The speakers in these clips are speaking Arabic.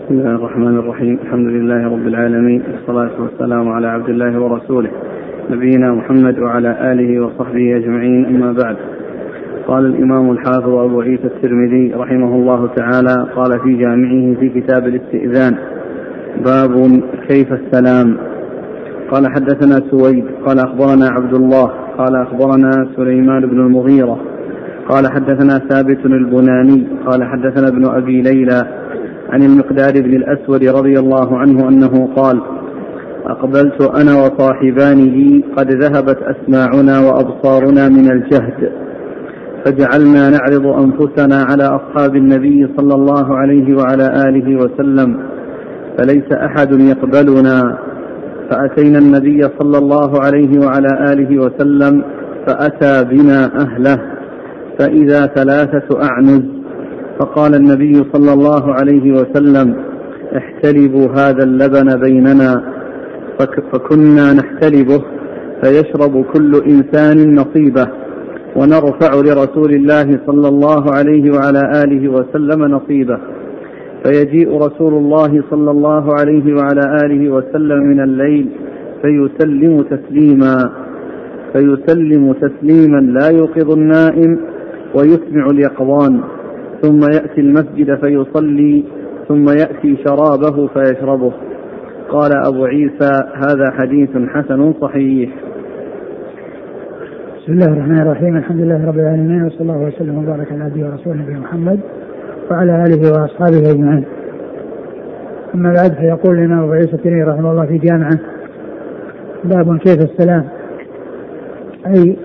بسم الله الرحمن الرحيم. الحمد لله رب العالمين، والصلاة والسلام على عبد الله ورسوله نبينا محمد وعلى آله وصحبه أجمعين، أما بعد. قال الإمام الحافظ أبو عيسى الترمذي رحمه الله تعالى قال في جامعه في كتاب الاستئذان: باب كيف السلام. قال حدثنا سويد قال أخبرنا عبد الله قال أخبرنا سليمان بن المغيرة قال حدثنا ثابت البناني قال حدثنا ابن أبي ليلى عن المقداد بن الأسود رضي الله عنه أنه قال: أقبلت أنا وصاحبان لي قد ذهبت أسماعنا وأبصارنا من الجهد، فجعلنا نعرض أنفسنا على أصحاب النبي صلى الله عليه وعلى آله وسلم، فليس أحد يقبلنا، فأتينا النبي صلى الله عليه وعلى آله وسلم فأتى بنا أهله، فإذا 3 أعنز، فقال النبي صلى الله عليه وسلم: احتلبوا هذا اللبن بيننا، فكنا نحتلبه، فيشرب كل إنسان نصيبه، ونرفع لرسول الله صلى الله عليه وعلى آله وسلم نصيبه، فيجيء رسول الله صلى الله عليه وعلى آله وسلم من الليل فيسلم تسليما لا يوقظ النائم ويسمع اليقظان، ثم يأتي المسجد فيصلي، ثم يأتي شرابه فيشربه. قال أبو عيسى: هذا حديث حسن صحيح. بسم الله الرحمن الرحيم. الحمد لله رب العالمين، وصلى الله وسلم وبارك على عبده ورسوله نبينا محمد وعلى آله وأصحابه أجمعين. أما بعد، فيقول الإمام أبو عيسى الترمذي رحمه الله في جامعه: باب كيف السلام، أي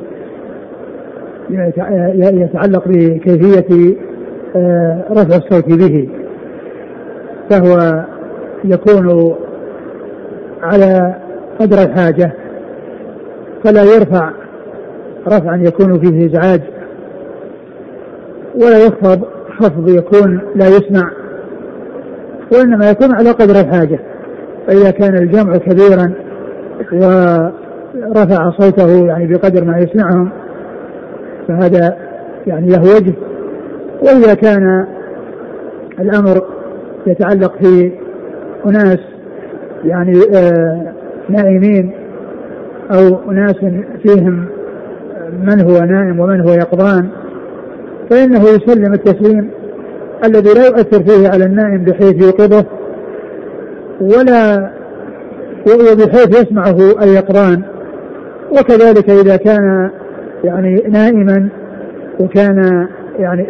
يتعلق بكيفية رفع الصوت به، فهو يكون على قدر الحاجة، فلا يرفع رفعا يكون فيه إزعاج، ولا يخفض خفض يكون لا يسمع، وإنما يكون على قدر الحاجة. فإذا كان الجمع كبيرا ورفع صوته يعني بقدر ما يسمعهم، فهذا يعني له وجه. وإذا كان الأمر يتعلق في أناس يعني نائمين، أو أناس فيهم من هو نائم ومن هو يقظان، فإنه يسلم التسليم الذي لا يؤثر فيه على النائم بحيث يوقظه، ولا بحيث يسمعه اليقظان. وكذلك إذا كان يعني نائما وكان يعني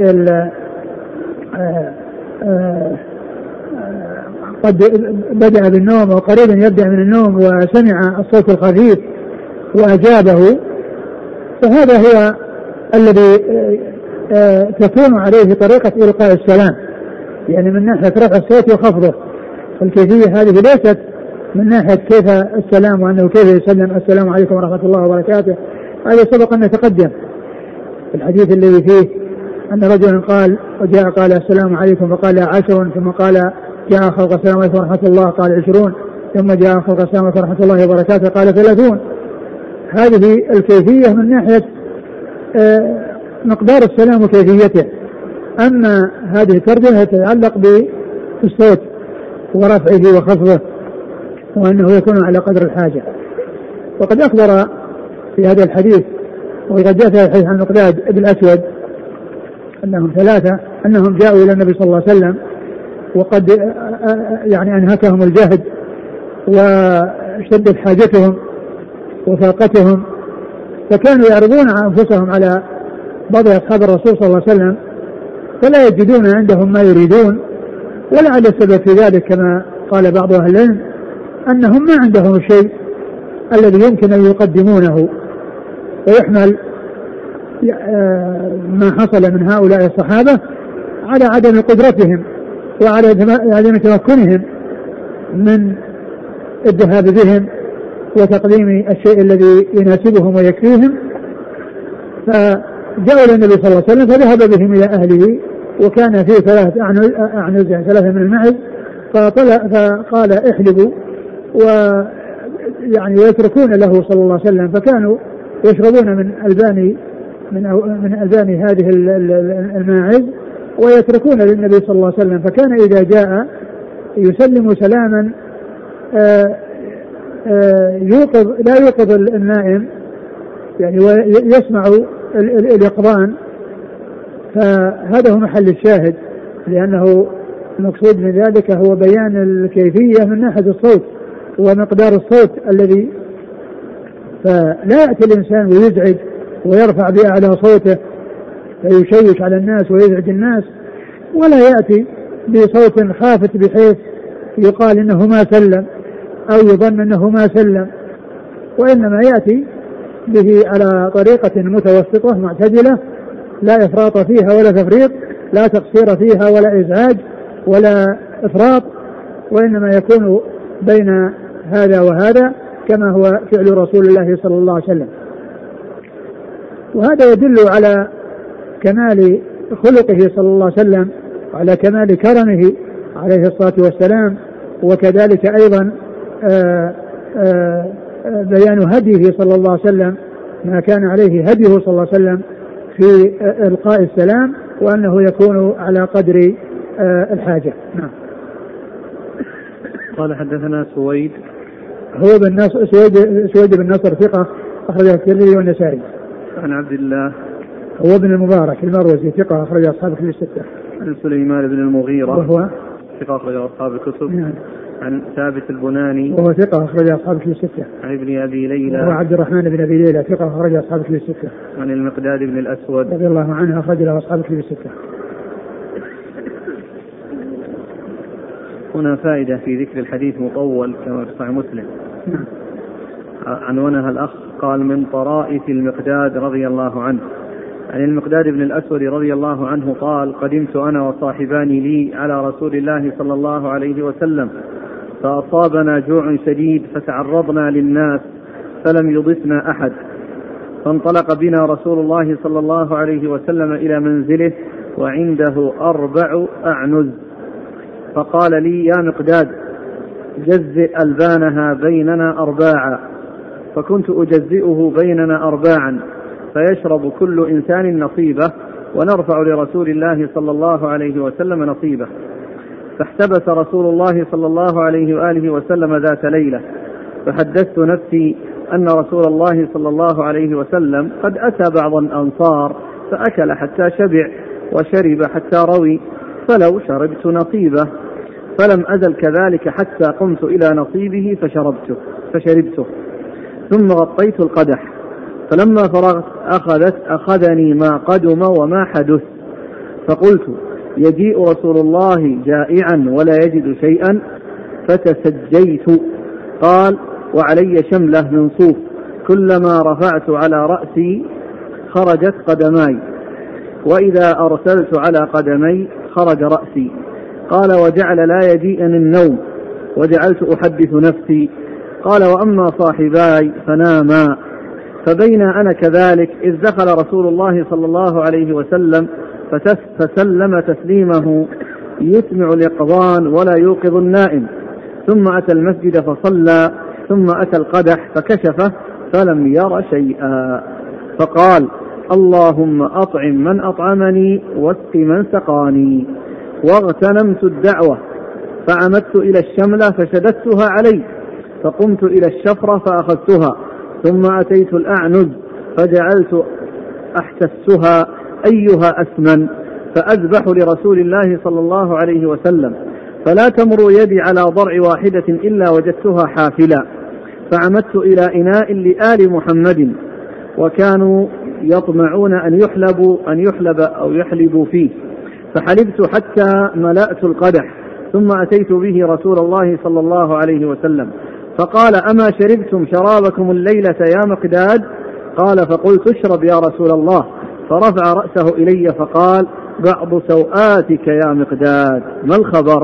قد بدأ بالنوم وقريبا يبدأ من النوم وسمع الصوت الخفيف وأجابه، فهذا هو الذي تكون عليه طريقة إلقاء السلام، يعني من ناحية رفع الصوت وخفضه. الكيفية هذه ليست من ناحية كيف السلام وأنه كيف يسلم: السلام عليكم ورحمة الله وبركاته. هذا سبق أن نتقدم في الحديث الذي فيه أن رجلا قال وجاء قال: السلام عليكم، فقال: 10، ثم قال: جاء خلق السلام عليكم ورحمة الله، قال: 20، ثم جاء خلق السلام عليكم ورحمة الله وبركاته، قال: 30. هذه الكيفية من ناحية مقدار السلام وكيفيته. أما هذه الترجمة تتعلق بالصوت ورفعه وخفضه، وأنه يكون على قدر الحاجة. وقد أخبر في هذا الحديث، وقد جاء في الحديث عن المقداد بن الأسود أنهم 3 أنهم جاءوا إلى النبي صلى الله عليه وسلم وقد يعني أنهكهم الجهد واشتدت حاجتهم وفاقتهم، فكانوا يعرضون أنفسهم على بعض أصحاب الرسول صلى الله عليه وسلم، فلا يجدون عندهم ما يريدون. ولعل السبب في ذلك كما قال بعض أهل العلم أنهم ما عندهم الشيء الذي يمكن أن يقدمونه، ويحمل ما حصل من هؤلاء الصحابة على عدم قدرتهم وعلى عدم تمكنهم من الذهاب بهم وتقديم الشيء الذي يناسبهم ويكفيهم. فجاءوا إلى النبي صلى الله عليه وسلم فذهب بهم إلى أهله، وكان فيه 3 أعنز، 3 من المعز، فقال: احلبوا، ويعني يتركون له صلى الله عليه وسلم، فكانوا يشربون من ألبان هذه الماعز ويتركون للنبي صلى الله عليه وسلم. فكان إذا جاء يسلم سلاما لا يوقظ النائم يعني ويسمع اليقظان، فهذا هو محل الشاهد، لأنه المقصود من ذلك هو بيان الكيفية من ناحية الصوت ومقدار الصوت الذي، فلا يأتي الإنسان ويزعج ويرفع بأعلى صوته فيشيش على الناس ويزعج الناس، ولا يأتي بصوت خافت بحيث يقال إنه ما سلم أو يظن إنه ما سلم، وإنما يأتي به على طريقة متوسطة معتدلة لا إفراط فيها ولا تفريط، لا تقصير فيها ولا إزعاج ولا إفراط، وإنما يكون بين هذا وهذا كما هو فعل رسول الله صلى الله عليه وسلم. وهذا يدل على كمال خلقه صلى الله عليه وسلم وعلى كمال كرمه عليه الصلاة والسلام، وكذلك أيضا بيان هديه صلى الله عليه وسلم ما كان عليه هديه صلى الله عليه وسلم في إلقاء السلام، وأنه يكون على قدر الحاجة. نعم. قال حدثنا سويد بن نصر ثقة أخرجه الترمذي والنسائي. عن عبد الله هو بن المبارك المروزي ثقة أخرج أصحاب الكتب الستة. عن سليمان بن المغيرة وهو ثقة أخرج أصحاب الكتب. نعم. عن ثابت البناني وهو ثقة أخرج أصحاب الكتب الستة. عن ابن أبي ليلى وهو عبد الرحمن بن أبي ليلى ثقة أخرج أصحاب الكتب الستة. عن المقداد بن الأسود رضي الله عنه أخرج له أصحاب الكتب الستة. هنا فائدة في ذكر الحديث مطول كما في صحيح مسلم. نعم. عنوانها الأخ قال من طرائف المقداد رضي الله عنه. عن المقداد بن الأسود رضي الله عنه قال قدمت أنا وصاحباني لي على رسول الله صلى الله عليه وسلم فأصابنا جوع شديد فتعرضنا للناس فلم يضفنا أحد، فانطلق بنا رسول الله صلى الله عليه وسلم إلى منزله وعنده 4 أعنز، فقال لي يا مقداد جزئ ألبانها بيننا 4، فكنت أجزئه بيننا 4 فيشرب كل إنسان نصيبه ونرفع لرسول الله صلى الله عليه وسلم نصيبه. فاحتبس رسول الله صلى الله عليه وآله وسلم ذات ليلة، فحدثت نفسي أن رسول الله صلى الله عليه وسلم قد أتى بعض الأنصار فأكل حتى شبع وشرب حتى روي، فلو شربت نصيبه، فلم أزل كذلك حتى قمت إلى نصيبه فشربته، ثم غطيت القدح، فلما فرغت أخذني ما قدم وما حدث، فقلت يجيء رسول الله جائعا ولا يجد شيئا، فتسجيت. قال وعلي شملة من صوف كلما رفعت على رأسي خرجت قدماي، وإذا أرسلت على قدمي خرج رأسي. قال وجعل لا يجيئني النوم وجعلت أحدث نفسي. قال وأما صاحباي فناما، فبين أنا كذلك إذ دخل رسول الله صلى الله عليه وسلم فسلم تسليمه يسمع اليقظان ولا يوقظ النائم، ثم أتى المسجد فصلى، ثم أتى القدح فكشفه فلم ير شيئا، فقال اللهم أطعم من أطعمني واسق من سقاني. واغتنمت الدعوة فعمدت إلى الشملة فشددتها علي، فقمت إلى الشفرة فأخذتها، ثم أتيت الأعنز فجعلت أحتسها أيها أسمن، فأذبح لرسول الله صلى الله عليه وسلم، فلا تمر يدي على ضرع واحدة إلا وجدتها حافلا، فعمدت إلى إناء لآل محمد وكانوا يطمعون أن يحلب أو يحلبوا فيه، فحلبت حتى ملأت القدح، ثم أتيت به رسول الله صلى الله عليه وسلم، فقال أما شربتم شرابكم الليلة يا مقداد؟ قال فقلت اشرب يا رسول الله، فرفع رأسه إلي فقال بعض سوآتك يا مقداد، ما الخبر؟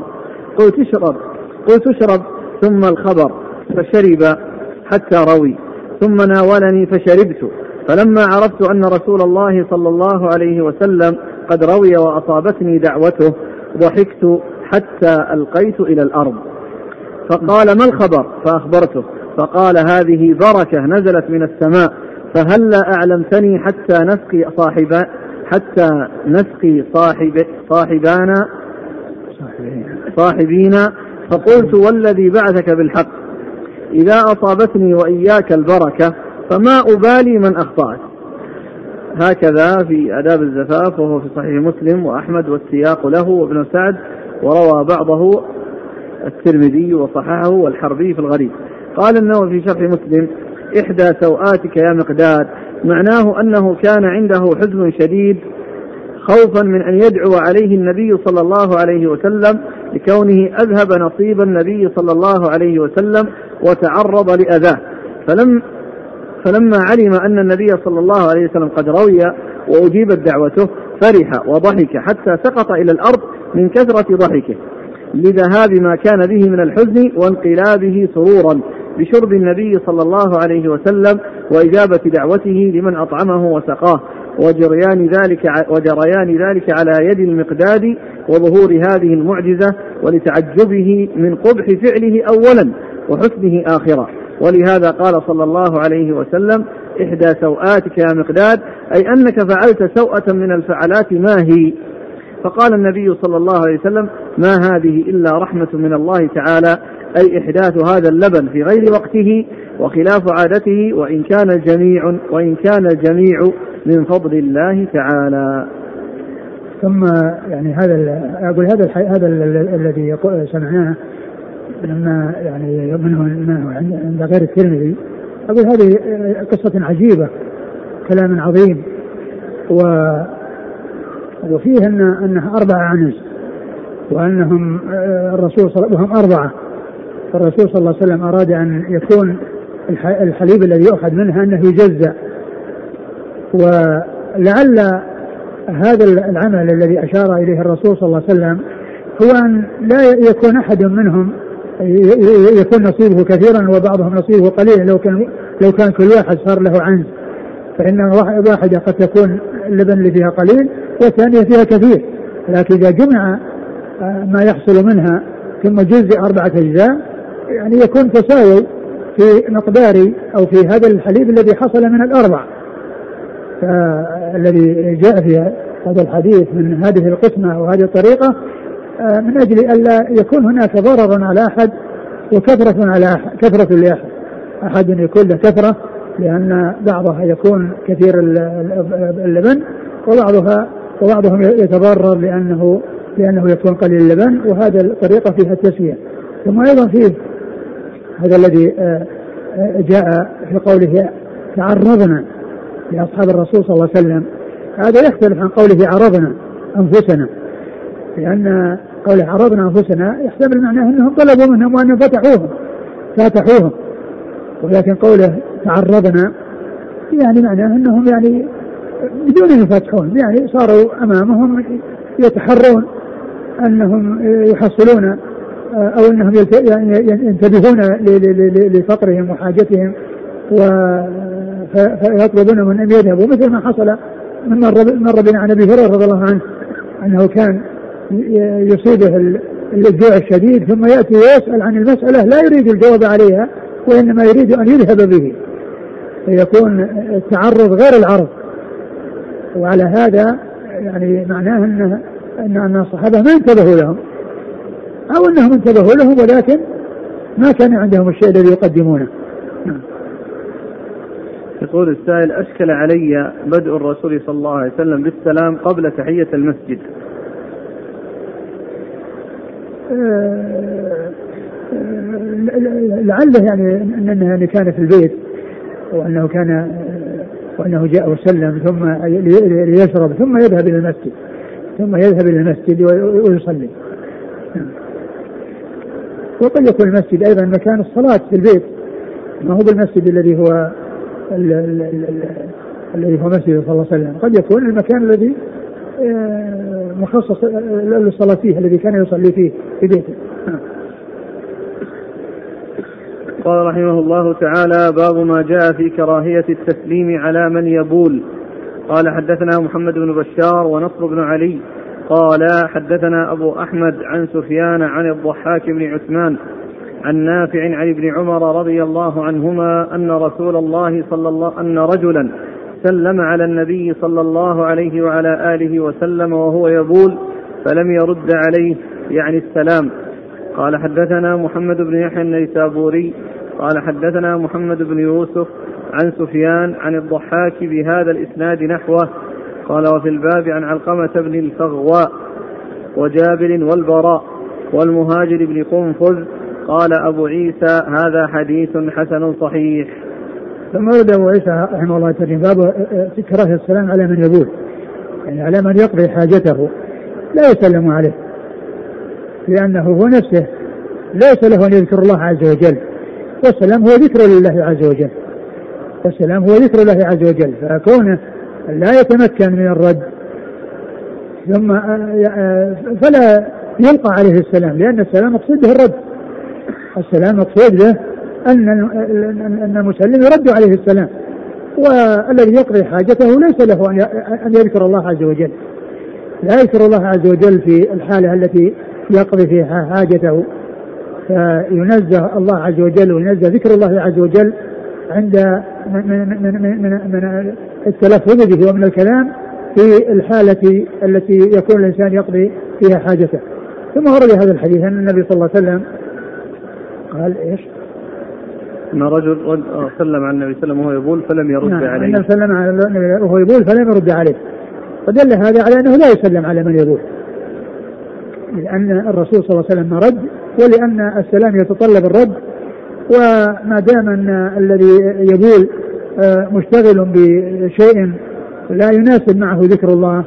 قلت اشرب ثم الخبر، فشرب حتى روي، ثم ناولني فشربت، فلما عرفت أن رسول الله صلى الله عليه وسلم قد روي وأصابتني دعوته ضحكت حتى ألقيت إلى الأرض. فقال ما الخبر؟ فأخبرته، فقال هذه بركة نزلت من السماء، فهلا أعلمتني حتى نسقي صاحبينا فقلت والذي بعثك بالحق إذا أصابتني وإياك البركة فما أبالي من أخطأت. هكذا في آداب الزفاف، وهو في صحيح مسلم وأحمد والسياق له وابن سعد، وروى بعضه الترمذي وصححه والحربي في الغريب. قال النووي في شرح مسلم: إحدى سوآتك يا مقداد، معناه أنه كان عنده حزن شديد خوفا من أن يدعو عليه النبي صلى الله عليه وسلم لكونه أذهب نصيب النبي صلى الله عليه وسلم وتعرض لأذاه، فلما علم أن النبي صلى الله عليه وسلم قد روي وأجيبت دعوته فرح وضحك حتى سقط إلى الأرض من كثرة ضحكه لذهاب ما كان به من الحزن وانقلابه سرورا بشرب النبي صلى الله عليه وسلم وإجابة دعوته لمن أطعمه وسقاه، وجريان ذلك على يد المقداد وظهور هذه المعجزة، ولتعجبه من قبح فعله أولا وحسنه آخرا. ولهذا قال صلى الله عليه وسلم: إحدى سوآتك يا مقداد، أي أنك فعلت سوءة من الفعلات ما هي. فقال النبي صلى الله عليه وسلم: ما هذه إلا رحمة من الله تعالى، أي إحداث هذا اللبن في غير وقته وخلاف عادته، وإن كان الجميع من فضل الله تعالى. ثم يعني هذا الذي سمعناه لما يعني منه عند غير الترمذي، أقول هذه قصة عجيبة، كلام عظيم، وفيه أنها 4 عنز، وأنهم الرسول وهم 4، فالرسول صلى الله عليه وسلم أراد أن يكون الحليب الذي يؤخذ منها أنه يجزأ، ولعل هذا العمل الذي أشار إليه الرسول صلى الله عليه وسلم هو أن لا يكون أحد منهم يكون نصيبه كثيرا وبعضهم نصيبه قليلا. لو كان كل واحد صار له عنز، فإن واحدة قد تكون اللبن اللي فيها قليل والثانية فيها كثير، لكن إذا جمع ما يحصل منها ثم جزء 4 أجزاء يعني يكون تساوي في مقدار أو في هذا الحليب الذي حصل من ال4. فالذي جاء في هذا الحديث من هذه القسمة وهذه الطريقة من أجل ألا يكون هناك ضرر على أحد كثرة لأحد، أحد يكون له كثرة لأن بعضها يكون كثير اللبن وبعضهم يتضرر لأنه يكون قليل اللبن، وهذا الطريقة فيها التسوية. ثم أيضا فيه هذا الذي جاء في قوله تعرضنا لأصحاب الرسول صلى الله عليه وسلم، هذا يختلف عن قوله عرضنا أنفسنا، لأن قوله عرضنا أنفسنا يحتمل معناه أنهم طلبوا منهم وأنهم فاتحوهم، ولكن قوله تعرضنا يعني معناه أنهم يعني بدون أن يفتحون، يعني صاروا أمامهم يتحرون أنهم يحصلون أو أنهم ينتبهون لفقرهم وحاجتهم فيطلبون من أن يذهبوا، مثل ما حصل من مر بنا عن أبي هريرة رضي الله عنه أنه كان يصيبه الجوع الشديد ثم يأتي ويسأل عن المسألة لا يريد الجواب عليها وإنما يريد أن يذهب به، فيكون التعرض غير العرض. وعلى هذا يعني معناه أن الصحابة ما انتبهوا لهم أو أنهم انتبهوا لهم ولكن ما كان عندهم الشيء الذي يقدمونه. يقول السائل: أشكل علي بدء الرسول صلى الله عليه وسلم بالسلام قبل تحية المسجد. لعله يعني أنه كان في البيت وأنه جاء وسلم ثم ليشرب ثم يذهب إلى المسجد ويصلي. وقد يكون المسجد أيضا مكان الصلاة في البيت، ما هو بالمسجد الذي هو مسجد صلى الله عليه وسلم، قد يكون المكان الذي مخصص للصلاة فيه الذي كان يصلي فيه في بيته. قال رحمه الله تعالى: باب ما جاء في كراهية التسليم على من يبول. قال: حدثنا محمد بن بشار ونصر بن علي قال: حدثنا أبو أحمد عن سفيان عن الضحاك بن عثمان عن نافع عن ابن عمر رضي الله عنهما أن رجلا سلم على النبي صلى الله عليه وعلى آله وسلم وهو يبول فلم يرد عليه يعني السلام. قال حدثنا محمد بن يحيى النيسابوري قال حدثنا محمد بن يوسف عن سفيان عن الضحاك بهذا الإسناد نحوه. قال وفي الباب عن علقمة بن الفغواء وجابر والبراء والمهاجر بن قنفذ. قال أبو عيسى هذا حديث حسن صحيح. ثم ورد أبو عيسى رحمه الله تعالى باب كراهة السلام على من يبول، يعني على من يقضي حاجته لا يسلم عليه، لأنه هو نفسه ليس له أن يذكر الله عز وجل، والسلام هو ذكر لله عز وجل، والسلام هو ذكر الله عز وجل، فكونه لا يتمكن من الرد ثم فلا يلقى عليه السلام، لأن السلام مقصود به الرد، السلام مقصود به أن المسلم يرد عليه السلام، والذي يقضي حاجته ليس له أن يذكر الله عز وجل، لا يذكر الله عز وجل في الحالة التي يقضي فيها حاجته، فينزه الله عز وجل وينزه ذكر الله عز وجل عند من التلفظ به ومن الكلام في الحالة التي يكون الإنسان يقضي فيها حاجته. ثم ورد هذا الحديث أن النبي صلى الله عليه وسلم قال إيش؟ أن رجل سلم على النبي صلى الله عليه وسلم وهو يبول فلم يرد عليه. نعم، سلم على النبي وهو يبول فلم يرد عليه، فدل هذا على أنه لا يسلم على من يبول، لأن الرسول صلى الله عليه وسلم رد، ولأن السلام يتطلب الرد، وما دام أن الذي يبول مشتغل بشيء لا يناسب معه ذكر الله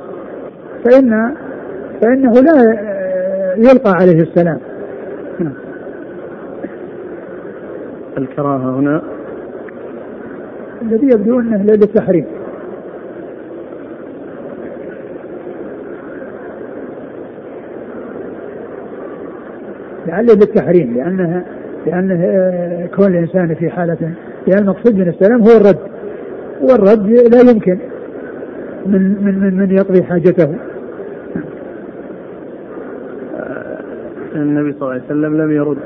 فإنه لا يلقى عليه السلام. الكراهة هنا الذي يبدو أنه للتحريم، لعله بالتحريم، لأنه كون الإنسان في حالة، لأن المقصود من السلام هو الرد، والرد لا يمكن من يقضي حاجته. النبي صلى الله عليه وسلم لم يرد،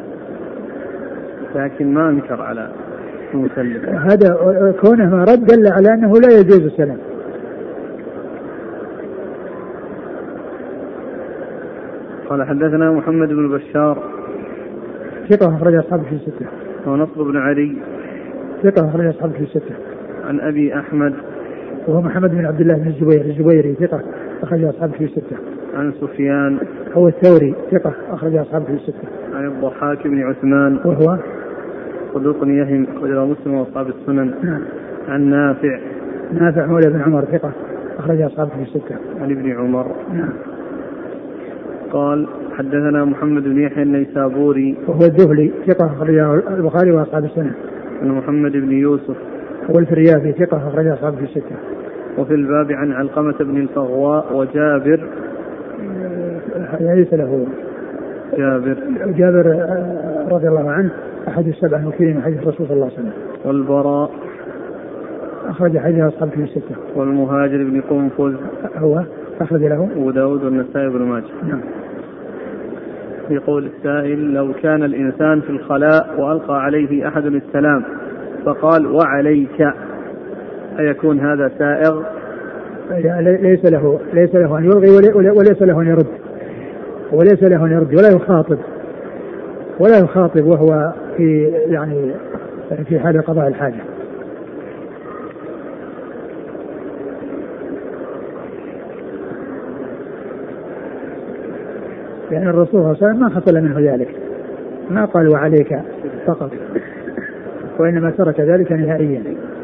لكن ما انكر على المسلم، هذا كونه ما رد دل على أنه لا يجوز السلام. قال حدثنا محمد بن بشار ثقة أخرج أصحابه في الستة. ونصر بن علي ثقة أخرج أصحابه في الستة. عن أبي أحمد وهو محمد بن عبد الله بن الزبيري ثقة أخرج أصحابه في الستة. عن سفيان هو الثوري ثقة أخرج أصحابه في الستة. عن الضحاك بن عثمان وهو صدوق يهم أخرج مسلم وأصحاب السنن. نعم. عن نافع مولى بن عمر ثقة أخرج أصحابه في الستة. عن ابن عمر. نعم. قال حدثنا محمد بن يحيى النيسابوري وهو الذهلي ثقة أخرجه البخاري وأصحاب السنن. عن محمد بن يوسف هو الفريابي ثقة أخرج أصحابه في الستة. وفي الباب عن علقمة بن الفغواء وجابر ليس له جابر رضي الله عنه أحد السبع المكثرين من حديث الرسول صلى الله عليه وسلم. والبراء أخرج حديث أصحابه في الستة. والمهاجر بن قنفذ هو أخرج له أبو داود والنسائي بن ماجه. نعم. يقول السائل لو كان الإنسان في الخلاء وألقى عليه أحد السلام فقال وعليك أيكون هذا سائغ؟ ليس له أن يلغي وليس له أن يرد، ولا يخاطب وهو في حال قضاء الحاجة. لأن الرسول صلى الله عليه وسلم ما حصل منه ذلك، ما قال وعليك فقط، وإنما ترك ذلك نهائيا.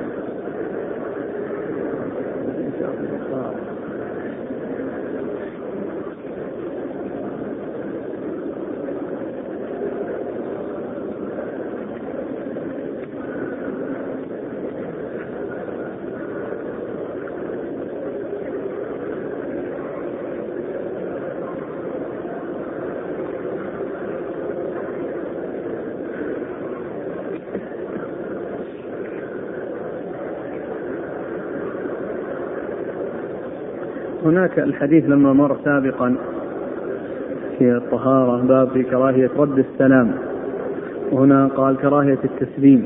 هناك الحديث لما مر سابقا في الطهارة باب في كراهية رد السلام، وهنا قال كراهية التسليم.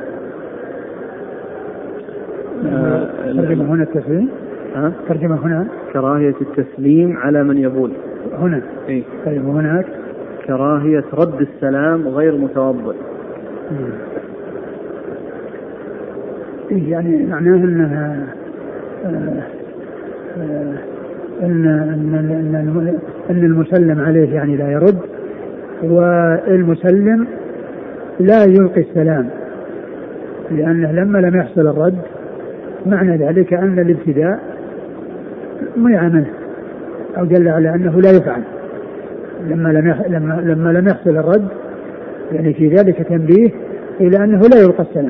ترجمة هنا التسليم؟ ترجمة هنا كراهية التسليم على من يبول هنا. إيه؟ طيب وهناك كراهية رد السلام غير متوضئ. يعني معناه أنها أن المسلم عليه يعني لا يرد، والمسلم لا يلقي السلام، لأنه لما لم يحصل الرد معنى ذلك أن الابتداء منع منه، أو دل على أنه لا يفعل لما لم يحصل الرد، يعني في ذلك تنبيه إلى أنه لا يلقى السلام.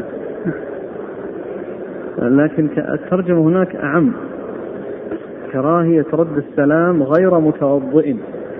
لكن الترجمة هناك أعم، كراهية رد السلام غير متوضئ.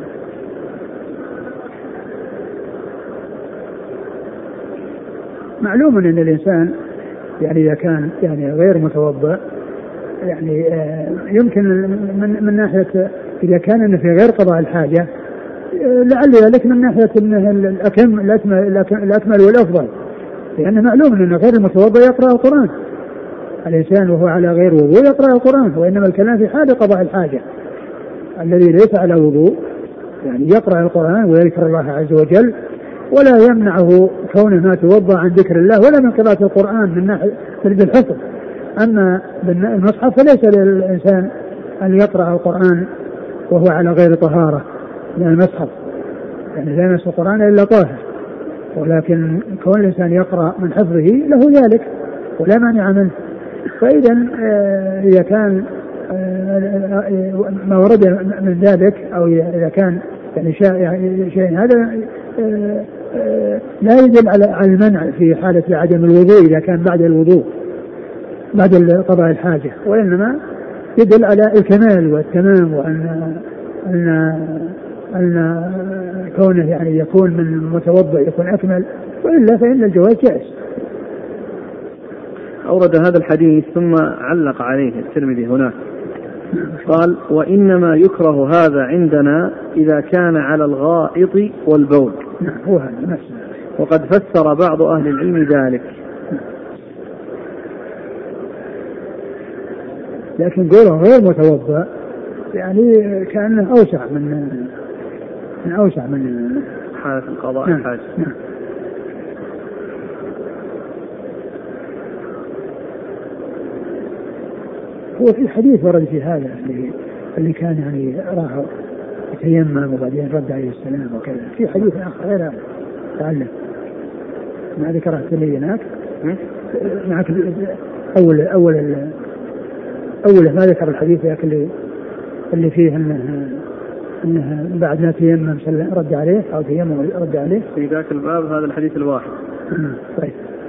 معلوم أن الإنسان يعني إذا كان يعني غير متوضئ يعني يمكن من ناحية إذا كان أنه في غير قضاء الحاجة لعل ذلك من ناحية أنه الأكمل والأفضل، لأنه معلوم أنه غير المتوضئ يقرأ القرآن، الإنسان وهو على غير وضوء يقرأ القرآن، وإنما الكلام في حال قضاء الحاجة. الذي ليس على وضوء يعني يقرأ القرآن ويذكر الله عز وجل، ولا يمنعه كونه ما توضأ عن ذكر الله ولا من قراءة القرآن من ناحية بالحفظ. أما المصحف فليس للإنسان أن يقرأ القرآن وهو على غير طهارة من المصحف، يعني لا يمس القرآن إلا طاهر، ولكن كون الإنسان يقرأ من حفظه له ذلك ولا مانع منه. فإذا إذا كان ما ورد من ذلك أو إذا كان يعني شيء هذا لا يدل على المنع في حالة عدم الوضوء إذا كان بعد الوضوء بعد قضاء الحاجة، وإنما يدل على الكمال والتمام، أن كونه يعني يكون من متوضئ يكون أكمل، وإلا فإن الجواز جائز. أورد هذا الحديث ثم علق عليه الترمذي هناك قال: وإنما يكره هذا عندنا إذا كان على الغائط والبول. هو هذا نفسه. وقد فسر بعض أهل العلم ذلك. لكن قوله غير متوضئ يعني كأنه أوسع من حالة القضاء الحاجة. هو في حديث ورد في هذا اللي كان يعني راح يتيمم وبعدين رد عليه السلام وكذا، في حديث آخر غير هذا تعلم ما ذكره لي هناك معك أول ما ذكر الحديث اللي فيه أنه بعد ما تيمم رد عليه أو تيمم رد عليه في ذاك الباب. هذا الحديث الواحد. طيب.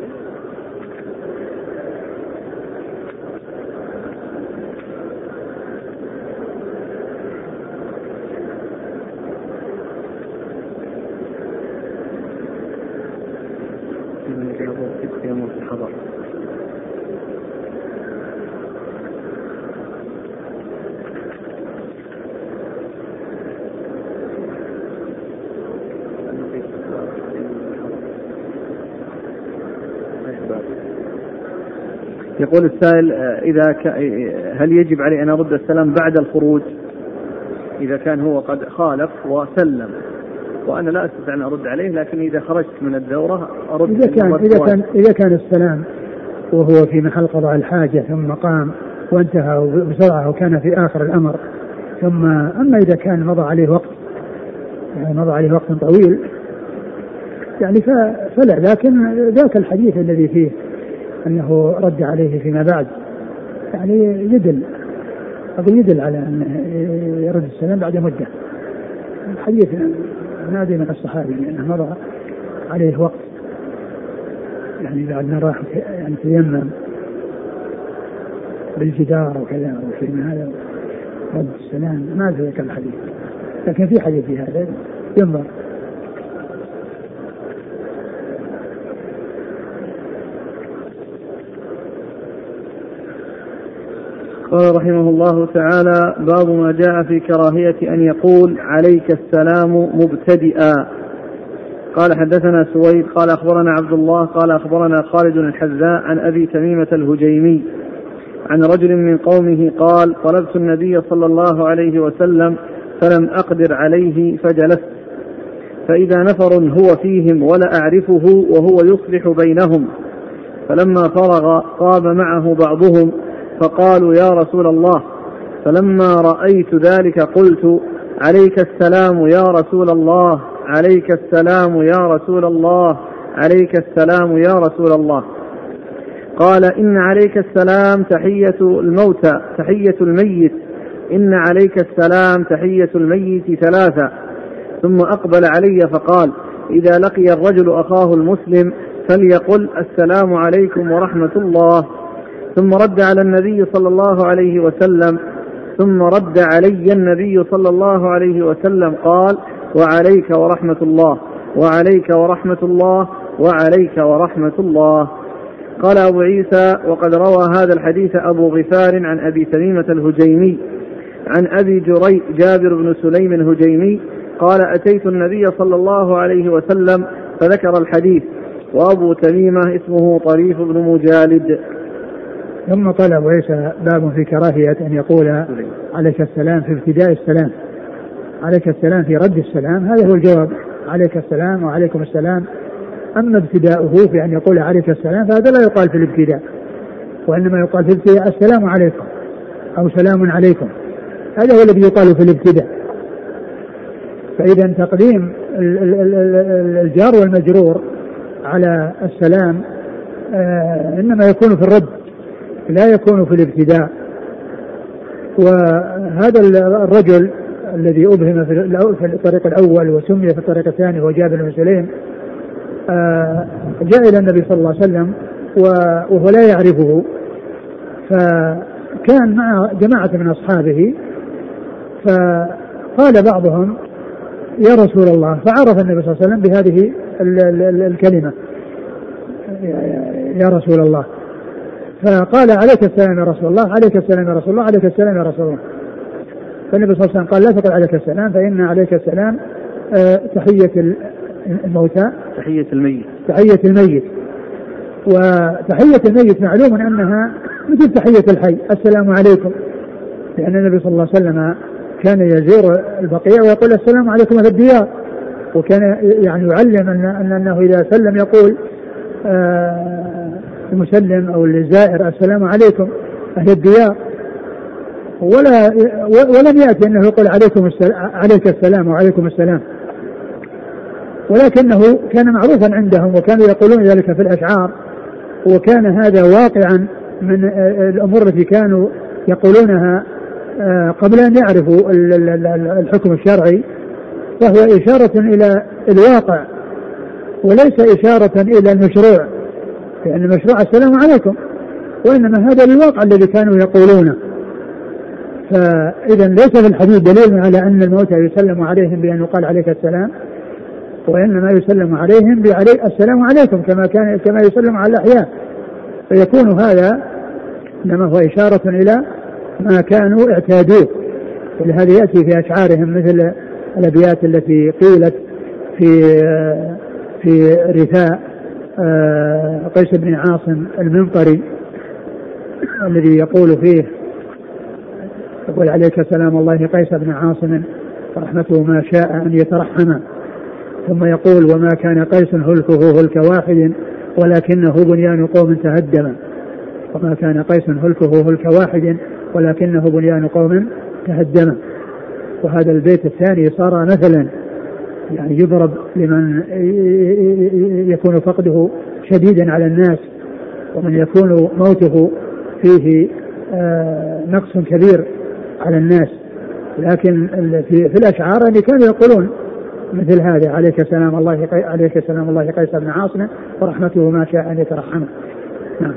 يقول السائل: هل يجب علي أن أرد السلام بعد الخروج إذا كان هو قد خالف وسلم وأنا لا أستطيع أن أرد عليه، لكن إذا خرجت من الدورة أرد؟ إذا كان السلام وهو في محل قضاء الحاجة ثم قام وانتهى بسرعة وكان في آخر الأمر، ثم أما إذا كان مضى عليه وقت طويل يعني فلا. لكن ذاك الحديث الذي فيه أنه رد عليه فيما بعد يعني يدل على أن يرد السلام بعد مدة. الحديث نادي من الصحابي أنه مضى عليه وقت يعني بعد ما راح يعني تيمم بالجدار وكذا وفي هذا رد السلام ما ذكر الحديث، لكن في حديث في هذا ينظر. قال رحمه الله تعالى: باب ما جاء في كراهية أن يقول عليك السلام مبتدئا. قال: حدثنا سويد قال أخبرنا عبد الله قال أخبرنا خالد الحذاء عن أبي تميمة الهجيمي عن رجل من قومه قال: طلبت النبي صلى الله عليه وسلم فلم أقدر عليه فجلست، فإذا نفر هو فيهم ولا أعرفه وهو يصلح بينهم. فلما فرغ قام معه بعضهم فقالوا يا رسول الله. فلما رأيت ذلك قلت عليك السلام يا رسول الله، عليك السلام يا رسول الله، عليك السلام يا رسول الله. قال إن عليك السلام تحية الموتى تحية الميت، إن عليك السلام تحية الميت ثلاثة. ثم أقبل علي فقال إذا لقي الرجل أخاه المسلم فليقل السلام عليكم ورحمة الله. ثم رد على النبي صلى الله عليه وسلم ثم رد علي النبي صلى الله عليه وسلم قال وعليك ورحمة الله، وعليك ورحمة الله، وعليك ورحمة الله. قال أبو عيسى وقد روى هذا الحديث أبو غفار عن أبي تميمة الهجيمي عن أبي جابر بن سليم الهجيمي قال أتيت النبي صلى الله عليه وسلم فذكر الحديث. وأبو تميمة اسمه طريف بن مجالد. ثم قال أبو عيسى باب في كراهية أن يقول عليك السلام في ابتداء السلام، عليك السلام في رد السلام، هذا هو الجواب، عليك السلام وعليكم السلام. أما ابتداؤه في أن يقول عليك السلام فهذا لا يقال في الابتداء، وإنما يقال في الابتداء السلام عليكم أو سلام عليكم، هذا هو الذي يقال في الابتداء. فإذا تقديم الجار والمجرور على السلام إنما يكون في الرد لا يكون في الابتداء. وهذا الرجل الذي أبهم في الطريق الأول وسمي في الطريق الثاني هو جابر بن سليم جاء إلى النبي صلى الله عليه وسلم وهو لا يعرفه، فكان مع جماعة من أصحابه، فقال بعضهم يا رسول الله، فعرف النبي صلى الله عليه وسلم بهذه الكلمة يا رسول الله، فقال عليك السلام يا رسول الله، عليك السلام يا رسول الله، عليك السلام يا رسول الله. فالنبي صلى الله عليه وسلم قال لا تقل عليك السلام فإن عليك السلام تحية الموتى تحية الميت، تحية الميت. وتحية الميت معلوم أنها مثل تحية الحي، السلام عليكم، لأن النبي صلى الله عليه وسلم كان يزور البقيع ويقول السلام عليكم أهل الديار، وكان يعني يعلم أنه إذا سلم يقول المسلم أو الزائر السلام عليكم أهل الديار، ولم يأتي أنه يقول عليك السلام وعليكم السلام، ولكنه كان معروفا عندهم وكانوا يقولون ذلك في الأشعار، وكان هذا واقعا من الأمور التي كانوا يقولونها قبل أن يعرفوا الحكم الشرعي، فهو إشارة إلى الواقع وليس إشارة إلى المشروع، لأن المشروع السلام عليكم، وإنما هذا الواقع الذي كانوا يقولونه. فإذا ليس في الحديث دليل على أن الموتى يسلم عليهم بأن يقال عليك السلام، وإنما يسلم عليهم السلام عليكم كما يسلم على الأحياء، فيكون هذا إنما هو إشارة إلى ما كانوا اعتادوه. ولهذا يأتي في أشعارهم مثل الأبيات التي قيلت في رثاء قيس بن عاصم المنقري الذي يقول فيه يقول عليك سلام الله قيس بن عاصم ورحمته ما شاء أن يترحم، ثم يقول وما كان قيس هلكه هلك واحد ولكنه بنيان قوم تهدم، وما كان قيس هلكه هلك واحد ولكنه بنيان قوم تهدم. وهذا البيت الثاني صار مثلا يعني يضرب لمن يكون فقده شديدا على الناس، ومن يكون موته فيه نقص كبير على الناس. لكن في الأشعار اللي كانوا يقولون مثل هذا عليك سلام الله قيس بن عاصم ورحمته ما شاء أن يترحمه. نعم.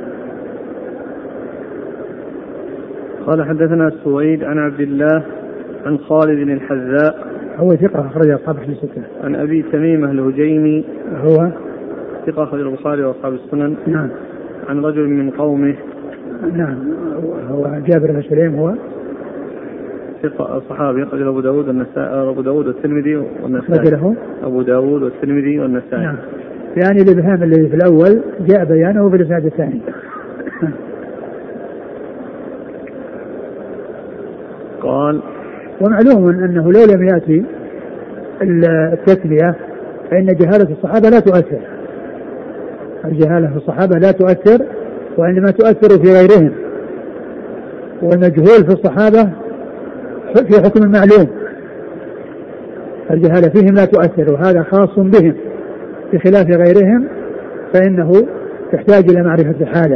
قال حدثنا سويد عن عبد الله عن خالد الحذاء هو ثقة أخرج أصحاب الستة. عن أبي تميمة الهجيمي هو ثقة أخرج البخاري وأصحاب السنن. نعم. عن رجل من قومه. نعم. هو جابر بن سليم هو ثقة صحابي أخرج أبو داود والنسائي، أبو داود والترمذي والنسائي. رجله أبو داود والترمذي والنسائي. نعم. يعني الإبهام الذي في الأول جاء بيانه في الإسناد الثاني. قال ومعلوم أنه لو لم يأتي التسمية فإن جهالة الصحابة لا تؤثر. الجهالة في الصحابة لا تؤثر، وإنما تؤثر في غيرهم، والمجهول في الصحابة في حكم المعلوم، الجهالة فيهم لا تؤثر، وهذا خاص بهم بخلاف غيرهم فإنه يحتاج إلى معرفة الحالة.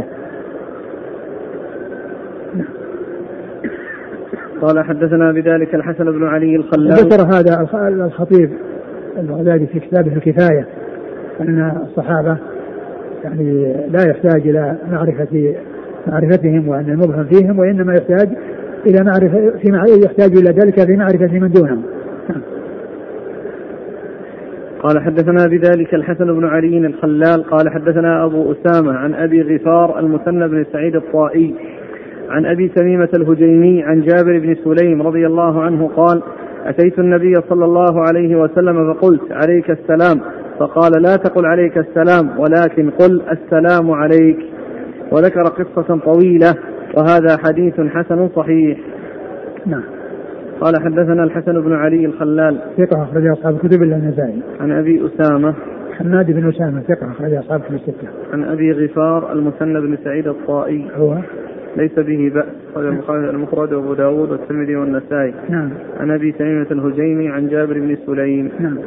قال حدثنا بذلك الحسن بن علي الخلال. ذكر هذا الخطيب البغدادي في كتابه الكفاية أن الصحابة يعني لا يحتاج إلى معرفتهم وأن المبهم فيهم، وإنما يحتاج إلى يحتاج إلى ذلك في معرفة من دونهم. قال حدثنا بذلك الحسن بن علي الخلال قال حدثنا أبو أسامة عن أبي غفار المثنى بن سعيد الطائي عن أبي تميمة الهجيمي عن جابر بن سليم رضي الله عنه قال: أتيت النبي صلى الله عليه وسلم فقلت: عليك السلام، فقال: لا تقل عليك السلام ولكن قل السلام عليك. وذكر قصة طويلة، وهذا حديث حسن صحيح. نعم. قال حدثنا الحسن بن علي الخلال ثقة أخرج أصحاب الكتب إلا النسائي. عن أبي أسامة حماد بن أسامة ثقة أخرج أصحاب الكتب الستة. عن أبي غفار المثنى بن سعيد الطائي هو ليس به بأس، قال المخرج أبو داود والترمذي والنسائي. نعم. عن أبي تميمة الهجيمي عن جابر بن سليم. نعم.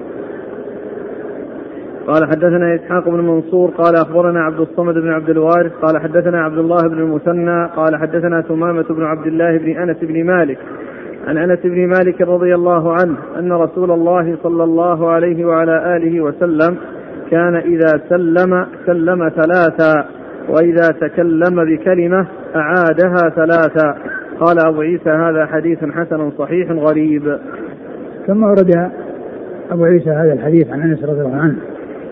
قال حدثنا إسحاق بن منصور قال أخبرنا عبد الصمد بن عبد الوارث قال حدثنا عبد الله بن المثنى قال حدثنا ثمامة بن عبد الله بن أنس بن مالك عن أنس بن مالك رضي الله عنه أن رسول الله صلى الله عليه وعلى آله وسلم كان إذا سلم ثلاثا، وإذا تكلم بكلمة أعادها ثلاثا. قال أبو عيسى: هذا حديث حسن صحيح غريب. ثم ورد أبو عيسى هذا الحديث عن أنس رضي الله عنه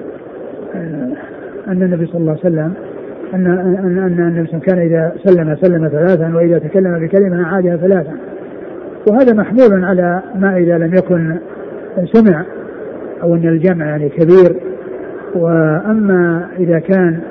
أن النبي صلى الله عليه وسلم أن النبي كان إذا سلم ثلاثا، وإذا تكلم بكلمة أعادها ثلاثا. وهذا محمول على ما إذا لم يكن سمع أو أن الجمع يعني كبير. وأما إذا كان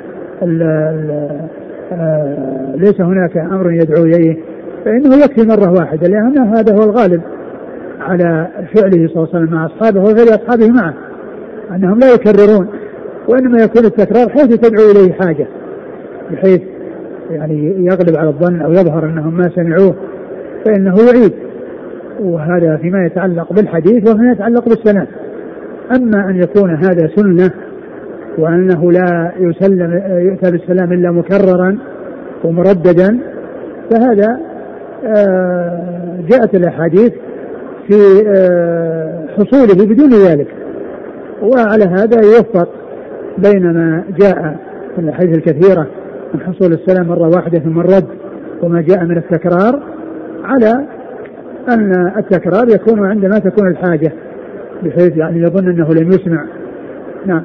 ليس هناك أمر يدعو إليه فإنه يكفي مرة واحدة، لأن هذا هو الغالب على فعله صلى الله عليه وسلم مع أصحابه وغير أصحابه معه، أنهم لا يكررون، وإنما يكون التكرار حيث تدعو إليه حاجة، بحيث يعني يغلب على الظن أو يظهر أنهم ما سمعوه فإنه يعيد. وهذا فيما يتعلق بالحديث وفيما يتعلق بالسلام. أما أن يكون هذا سنة وأنه لا يؤتى بالسلام إلا مكررا ومرددا، فهذا جاءت الأحاديث في حصوله بدون ذلك. وعلى هذا يوفق بين ما جاء في الأحاديث الكثيرة من حصول السلام مرة واحدة ثم الرد، وما جاء من التكرار، على أن التكرار يكون عندما تكون الحاجة، بحيث يعني يظن أنه لم يسمع. نعم.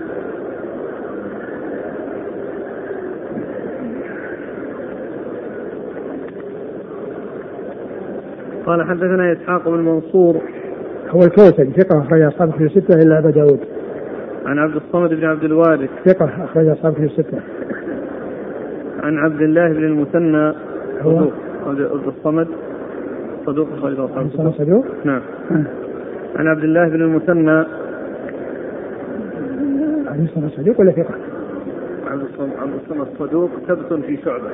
قال حدثنا إسحاق بن منصور هو الكوسج ثقة أخرج أصحاب الكتب الستة إلا أبا داود. عن عبد الصمد بن عبد الوارث ثقة أخرج أصحاب الكتب الستة. عن عبد الله بن المثنى هو عبد الصمد صدوق أخرج أصحاب الكتب. صدوق. نعم. عن عبد الله بن المثنى صدوق ولا ثقة؟ عبد الصمد صدوق ثبت في شعبة.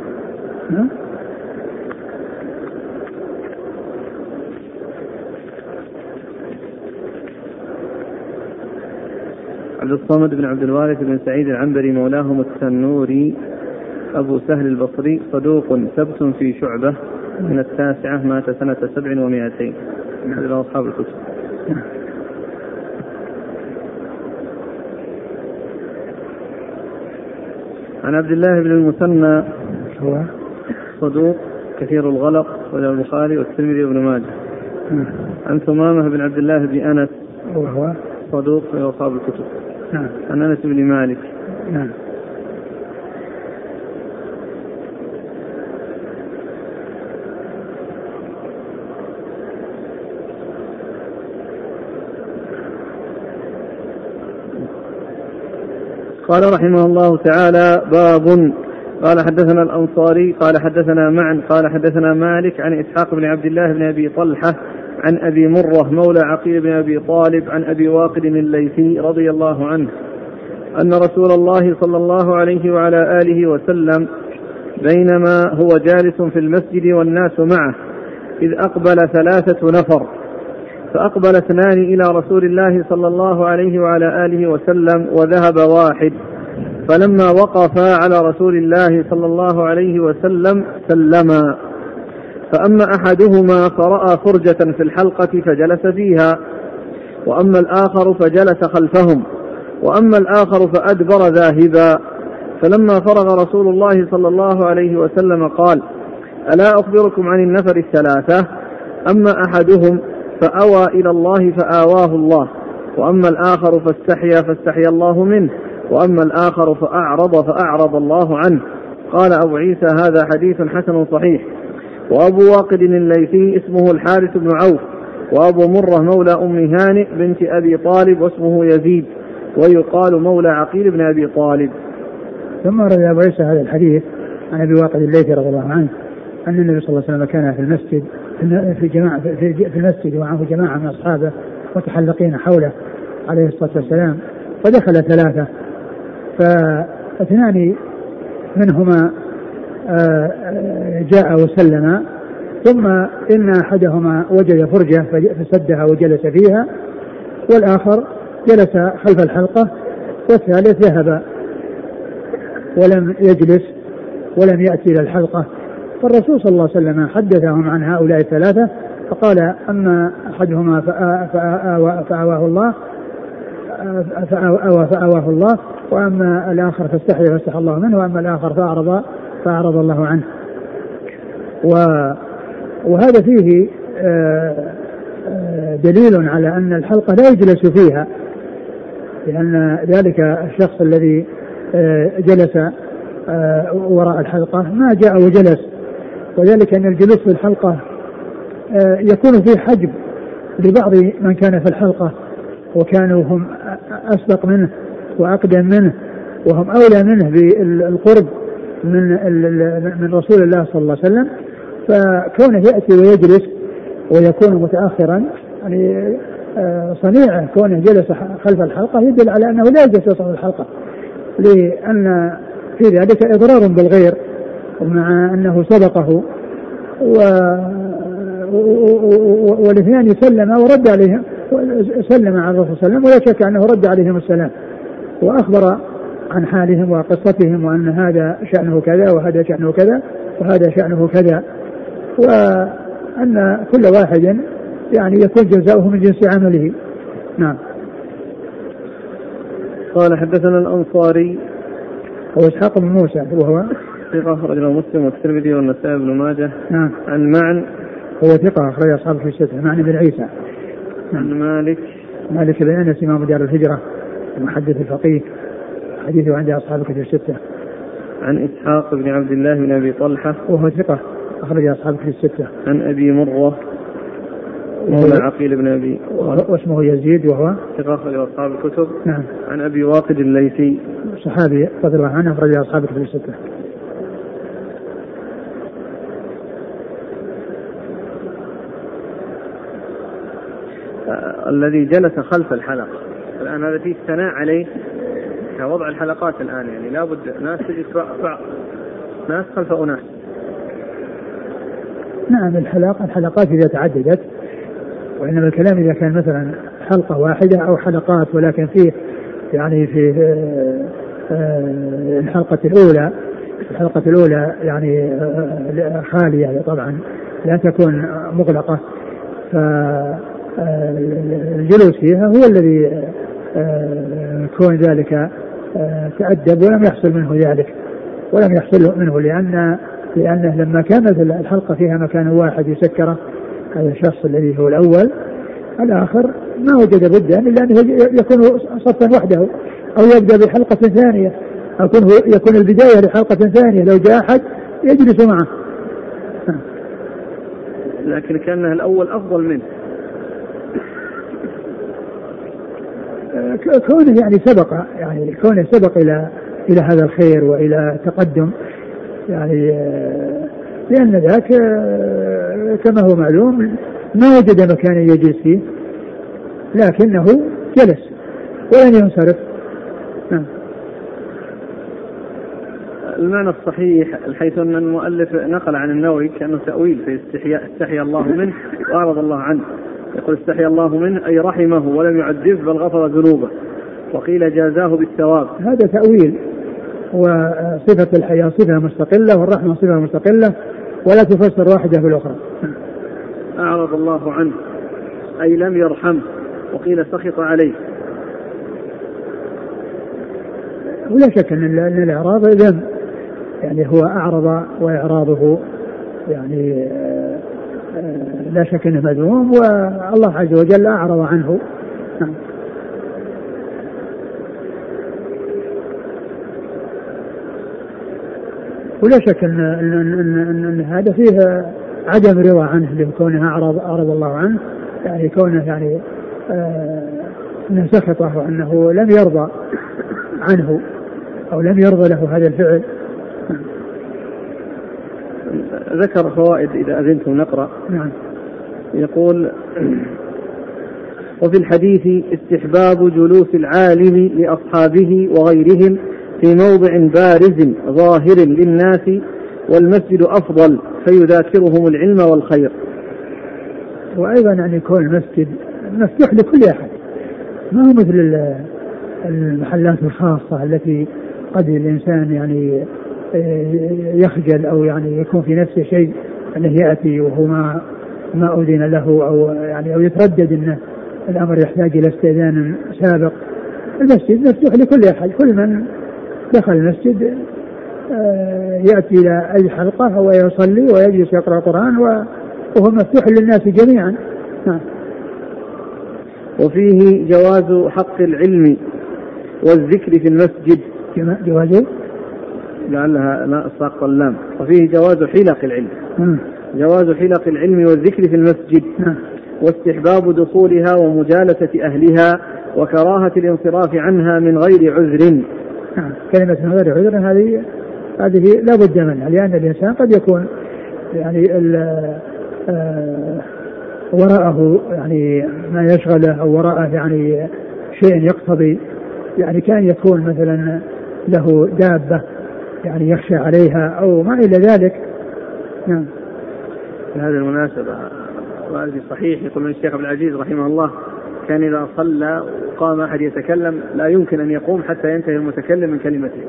عبد الصمد بن عبد الوارث بن سعيد العنبري مولاهم التنوري أبو سهل البصري صدوق ثبت في شعبة من 9 مات سنة 700. هذا أصحاب الكتب. عن عبد الله بن المثنى هو صدوق كثير الغلط وله البخاري والترمذي وابن ماجه. عن ثمامة بن عبد الله بن أنس وهو صدوق في أصحاب الكتب. نعم. عن أنس بن مالك. نعم. قال رحمه الله تعالى: باب. قال حدثنا الأنصاري قال حدثنا معن قال حدثنا مالك عن إسحاق بن عبد الله بن أبي طلحة عن أبي مرة مولى عقيل بن أبي طالب عن أبي واقد الليثي رضي الله عنه أن رسول الله صلى الله عليه وعلى آله وسلم بينما هو جالس في المسجد والناس معه إذ أقبل 3 نفر، فأقبل 2 إلى رسول الله صلى الله عليه وعلى آله وسلم وذهب 1، فلما وقفا على رسول الله صلى الله عليه وسلم سلما، فأما أحدهما فرأى فرجة في الحلقة فجلس فيها، وأما الآخر فجلس خلفهم، وأما الآخر فأدبر ذاهبا. فلما فرغ رسول الله صلى الله عليه وسلم قال: ألا أخبركم عن النفر 3؟ أما أحدهم فأوى إلى الله فآواه الله، وأما الآخر فاستحيا الله منه، وأما الآخر فأعرض الله عنه. قال أبو عيسى: هذا حديث حسن صحيح. وأبو واقد الليثي اسمه الحارث بن عوف، وأبو مرة مولى أم هانئ بنت أبي طالب واسمه يزيد، ويقال مولى عقيل بن أبي طالب. ثم روى أبو عيسى هذا الحديث عن أبي واقد الليثي رضي الله عنه أن النبي صلى الله عليه وسلم كان في المسجد في المسجد ومعه جماعة من أصحابه متحلقين حوله عليه الصلاة والسلام، فدخل 3، ف2 منهما جاء وسلم، ثم إن أحدهما وجد فرجة فسدها وجلس فيها، والآخر جلس خلف الحلقة، والثالث ذهب ولم يجلس ولم يأتي إلى الحلقة. فالرسول صلى الله عليه وسلم حدثهم عن هؤلاء 3، فقال: أما أحدهما فآواه الله، وأما الآخر فاستحيا الله منه، وأما الآخر فأعرض الله عنه. وهذا فيه دليل على أن الحلقة لا يجلس فيها، لأن ذلك الشخص الذي جلس وراء الحلقة ما جاء وجلس، وذلك أن الجلوس في الحلقة يكون فيه حجب لبعض من كان في الحلقة وكانوا هم أسبق منه وأقدم منه وهم أولى منه بالقرب من رسول الله صلى الله عليه وسلم، فكونه يأتي ويجلس ويكون متأخرا يعني صنيعه كونه جلس خلف الحلقة يدل على أنه لا يجلس وسط الحلقة، لأن في ذلك إضرار بالغير، ومع أنه سبقه والاثنين سلم ورد عليهم، سلم على الرسول صلى الله عليه وسلم، ولا شك أنه رد عليهم السلام وأخبر عن حالهم وقصتهم، وأن هذا شأنه كذا وهذا شأنه كذا وهذا شأنه كذا، وأن كل واحد يعني يكون جزاؤه من جنس عمله. نعم. قال: حدثنا الأنصاري هو إسحاق بن موسى وهو ثقة أخرجه مسلم والترمذي والنسائي بن ماجه. نعم. عن معن هو ثقة أخرج أصحابه في الستة. معن بن عيسى. عن مالك بن أنس إمام دار الهجرة المحدث الفقيه، حديثه عند أصحاب الكتب الستة. عن إسحاق بن عبد الله بن أبي طلحة وهو ثقة أخرج أصحاب الكتب الستة. عن أبي مرة مولى عقيل بن أبي واسمه يزيد وهو ثقة أخرج أصحاب الكتب. نعم. عن أبي واقد الليثي صحابي رضي الله عنه أخرج أصحاب الكتب الستة. الذي جلس خلف الحلقة الآن هذا فيه الثناء عليه كوضع الحلقات الآن، يعني لابد ناس تجلس ناس خلف أناس. نعم. الحلقات إذا تعددت، وإنما الكلام إذا كان مثلا حلقة واحدة أو حلقات، ولكن فيه يعني في الحلقة الأولى يعني خالية طبعا لا تكون مغلقة، فالجلوس فيها هو الذي كون ذلك تأدب ولم يحصل منه لأنه لما كانت الحلقة فيها مكان واحد يسكره هذا الشخص الذي هو الأول، الآخر ما وجد بدا إلا أنه يكون صفا وحده أو يبدأ بحلقة ثانية أو يكون البداية لحلقة ثانية، لو جاء أحد يجلس معه. لكن كان الأول أفضل منه كونه يعني سبق إلى هذا الخير وإلى تقدم، يعني لأن ذاك كما هو معلوم ما وجد مكانا يجلس فيه لكنه جلس ولن ينصرف. المعنى الصحيح حيث أن المؤلف نقل عن النووي كأنه تأويل في استحيا الله منه وأعرض الله عنه. يقول استحيا الله منه أي رحمه ولم يعذبه بل غفر ذنوبه، وقيل جازاه بالثواب. هذا تأويل، وصفة الحياة صفة مستقلة والرحمة صفة مستقلة ولا تفسر واحدة بالأخرى. أعرض الله عنه أي لم يرحمه، وقيل سخط عليه. ولا شك أن الإعراض ذنب، يعني هو أعرض وإعراضه يعني لا شك أنه مذموم والله عز وجل أعرض عنه. ولا شك أن هذا فيه عدم رضا عنه لكونه أعرض الله عنه، يعني كونه يعني أنه سخطه أنه لم يرضى عنه أو لم يرضى له هذا الفعل. ذكر فوائد إذا أذنتم نقرأ. نعم. يقول وفي الحديث استحباب جلوس العالم لأصحابه وغيرهم في موضع بارز ظاهر للناس، والمسجد أفضل فيذاكرهم العلم والخير. وأيضا يعني يكون المسجد مفتوح لكل أحد، ما هو مثل المحلات الخاصة التي قد الإنسان يعني يخجل أو يعني يكون في نفسه شيء أنه يأتي وهو ما أذن له أو يعني أو يتردد أن الأمر يحتاج إلى استئذان سابق. المسجد مفتوح لكل أحد، كل من دخل المسجد يأتي إلى أي حلقة ويصلي ويجلس يقرأ القرآن وهو مفتوح للناس جميعا. وفيه جواز حق العلم والذكر في المسجد. جواز لعلها ما ساق اللام. وفيه جواز حلق العلم. جواز حلق العلم والذكر في المسجد. واستحباب دخولها ومجالسة أهلها وكراهة الانصراف عنها من غير عذر. كلمة من غير عذر هذه لا بد منها، لأن الإنسان قد يكون يعني وراءه يعني ما يشغله أو وراءه يعني شيء يقتضي، يعني كان يكون مثلا له دابة يعني يخشى عليها أو ما إلى ذلك. نعم. في هذه المناسبة وهذه صحيح يقول الشيخ عبد العزيز رحمه الله كان إذا صلى وقام أحد يتكلم لا يمكن أن يقوم حتى ينتهي المتكلم من كلمته.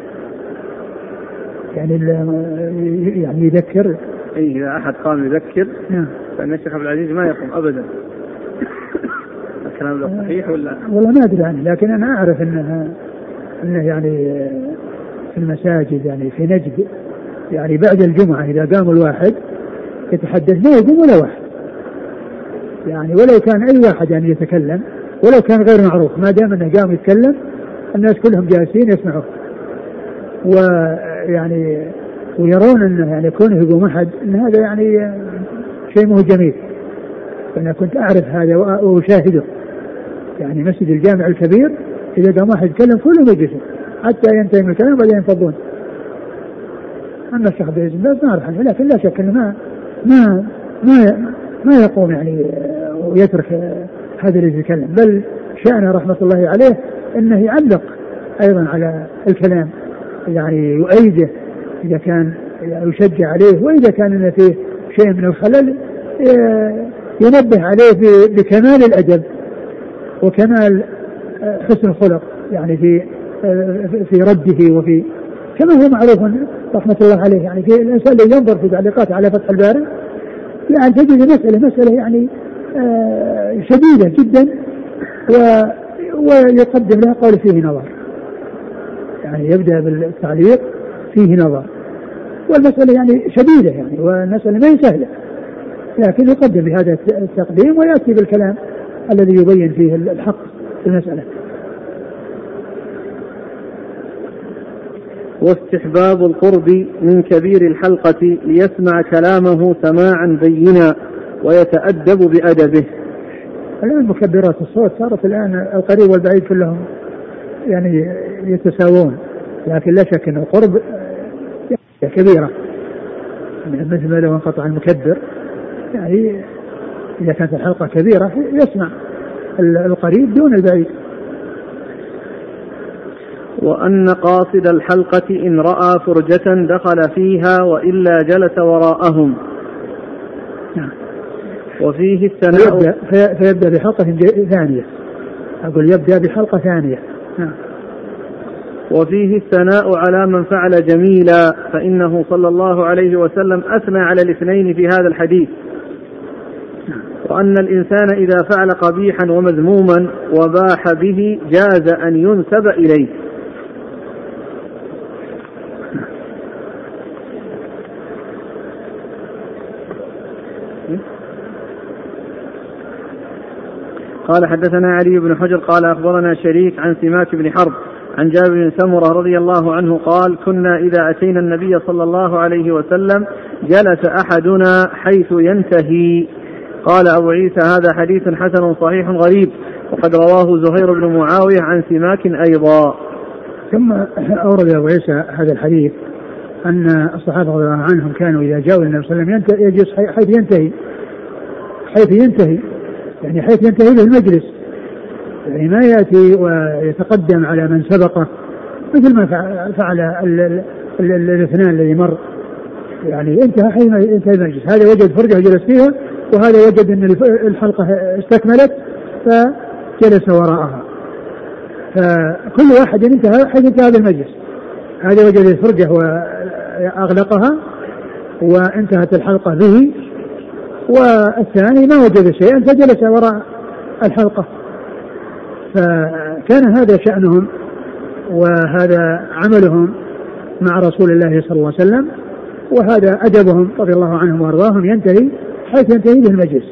يعني يذكر. إذا أحد قام يذكر فإن الشيخ عبد العزيز ما يقوم أبدا. الكلام ده صحيح ولا؟ والله ما أدري عنه، لكن أنا أعرف أنه يعني في المساجد يعني في نجد يعني بعد الجمعة إذا قام الواحد يتحدث ما يقوم ولا واحد، يعني ولو كان أي واحد يعني يتكلم ولو كان غير معروف، ما دام أنه قام يتكلم الناس كلهم جالسين يسمعوه، ويعني ويرون أنه يعني كونه يقوم أحد أن هذا يعني شيء مو جميل. أنا كنت أعرف هذا وأشاهده، يعني مسجد الجامع الكبير إذا قام واحد يتكلم كلهم يجلسون حتى ينتهي من الكلام وبعدين ينفضون. أما الشيخ عبد العزيز ما أعرف عنه، لكن لا شك أنه ما يقوم يعني ويترك هذا اللي يتكلم، بل شأنه رحمة الله عليه أنه يعلق أيضا على الكلام، يعني يؤيده إذا كان يشجع عليه، وإذا كان فيه شيء من الخلل ينبه عليه بكمال الأدب وكمال حسن الخلق، يعني في رده وفي كما هو معروف رحمة الله عليه. يعني في الإنسان اللي ينظر في تعليقات على فتح الباري يعني تجد مسألة يعني شديدة جدا ويقدم لها قول فيه نظر، يعني يبدأ بالتعليق فيه نظر، والمسألة يعني شديدة يعني والمسألة ما هي سهلة، لكن يقدم بهذا التقديم ويأتي بالكلام الذي يبين فيه الحق في المسألة. واستحباب القرب من كبير الحلقة ليسمع كلامه سماعا بينا ويتأدب بأدبه. الآن مكبرات الصوت صارت الآن القريب والبعيد كلهم يعني يتساوون، لكن لا شك أن القرب كبيرة، مثل ما لو انقطع المكبر يعني إذا كانت الحلقة كبيرة يسمع القريب دون البعيد. وأن قاصد الحلقة إن رأى فرجة دخل فيها وإلا جلس وراءهم. وفيه الثناء فيبدأ بحلقة ثانية، أقول يبدأ بحلقة ثانية. وفيه الثناء على من فعل جميلا، فإنه صلى الله عليه وسلم أثنى على الاثنين في هذا الحديث. وأن الإنسان إذا فعل قبيحا ومذموما وباح به جاز أن ينسب إليه. قال حدثنا علي بن حجر قال أخبرنا شريك عن سماك بن حرب عن جابر بن سمرة رضي الله عنه قال كنا إذا أتينا النبي صلى الله عليه وسلم جلس أحدنا حيث ينتهي. قال أبو عيسى هذا حديث حسن صحيح غريب، وقد رواه زهير بن معاوية عن سماك أيضا. ثم أورد أبو عيسى هذا الحديث أن الصحابة رضي الله عنهم كانوا إذا جاءوا النبي صلى الله عليه وسلم يجلس حيث ينتهي يعني حيث ينتهي به المجلس، يعني ما يأتي ويتقدم على من سبقه مثل ما فعل الاثنان الذي مر، يعني انتهى حين انتهى المجلس، هذا وجد فرجة جلس فيها وهذا وجد أن الحلقة استكملت فجلس وراءها، فكل واحد انتهى حيث انتهى هذا المجلس، هذا وجد الفرجة وأغلقها وانتهت الحلقة به، والثاني ما وجد شيئا فجلس وراء الحلقة. فكان هذا شأنهم وهذا عملهم مع رسول الله صلى الله عليه وسلم، وهذا أدبهم رضي الله عنهم وارضاهم، ينتهي حيث ينتهي به المجلس.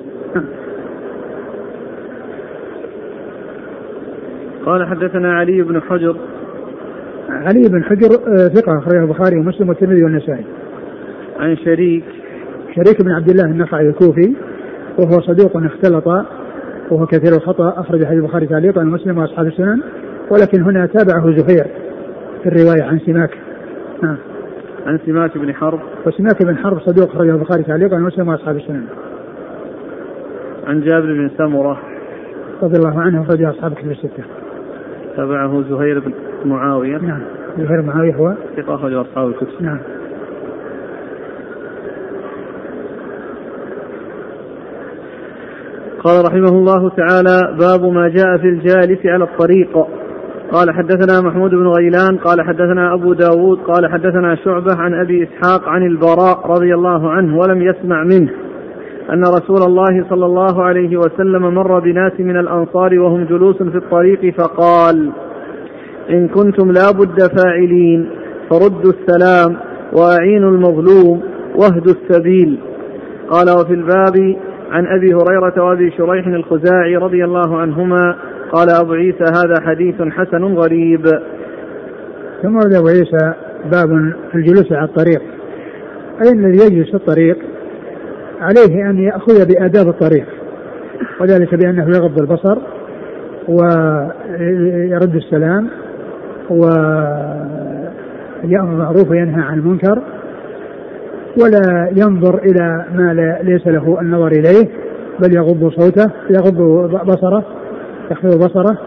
قال حدثنا علي بن حجر. علي بن حجر ثقة أخرجه البخاري ومسلم والترمذي والنسائي. عن شريك بن عبد الله النخعي الكوفي وهو صدوق اختلط وهو كثير الخطأ، أخرج حديث البخاري تعليقا ومسلم وأصحاب السنن، ولكن هنا تابعه زهير في الرواية عن سماك. عن سماك بن حرب. وسماك بن حرب صدوق أخرجه البخاري تعليقا ومسلم وأصحاب السنن. عن جابر بن سمرة رضي الله عنه أخرج أصحاب الكتب الستة. تابعه زهير بن معاوية. نعم زهير بن معاوية هو ثقة أخرج أصحاب الكتب. نعم. قال رحمه الله تعالى باب ما جاء في الجالس على الطريق. قال حدثنا محمود بن غيلان قال حدثنا أبو داود قال حدثنا شعبة عن أبي إسحاق عن البراء رضي الله عنه ولم يسمع منه أن رسول الله صلى الله عليه وسلم مر بناس من الأنصار وهم جلوس في الطريق فقال إن كنتم لا بد فاعلين فردوا السلام وأعينوا المظلوم واهدوا السبيل. قال وفي الباب عن أبي هريرة وأبي شريح الخزاعي رضي الله عنهما. قال أبو عيسى هذا حديث حسن غريب. ثم ورد أبو عيسى باب الجلوس على الطريق، أي الذي يجلس في الطريق عليه أن يأخذ بآداب الطريق، وذلك بأنه يغض البصر ويرد السلام ويأمر بالمعروف وينهى عن المنكر، ولا ينظر إلى ما ليس له النظر إليه، بل يغض صوته يغض بصره يخفض بصره.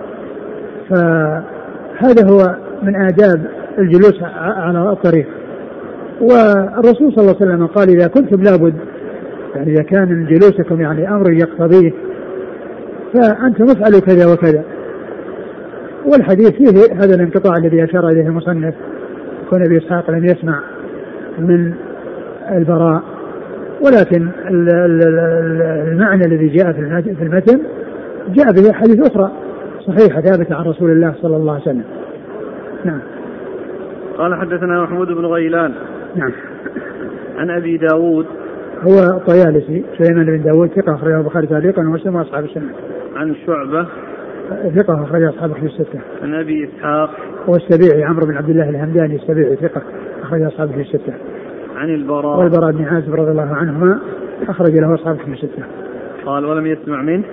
فهذا هو من آداب الجلوس على الطريق. والرسول صلى الله عليه وسلم قال إذا كنتم لابد، يعني إذا كان جلوسكم يعني أمر يقتضيه فأنتم افعلوا كذا وكذا. والحديث فيه هذا الانقطاع الذي أشار إليه المصنف، كون أبي إسحاق لم يسمع من البراء، ولكن المعنى الذي جاء في المتن جاء به حديث أخرى صحيحة ثابتة عن رسول الله صلى الله عليه وسلم. نعم. قال حدثنا محمود بن غيلان. نعم. عن أبي داود هو الطيالسي سليمان بن داود ثقة أخرجه البخاري تعليقا ومسلم وأصحاب السنن. عن شعبة ثقة أخرج أصحاب الكتب الستة. عن أبي إسحاق والسبيعي عمرو بن عبد الله الهمداني السبيعي ثقة أخرج أصحاب الكتب الستة. عن البراء والبراء بن عازب رضي الله عنهما أخرج له أصحاب الكتب الستة. قال ولم يسمع منه.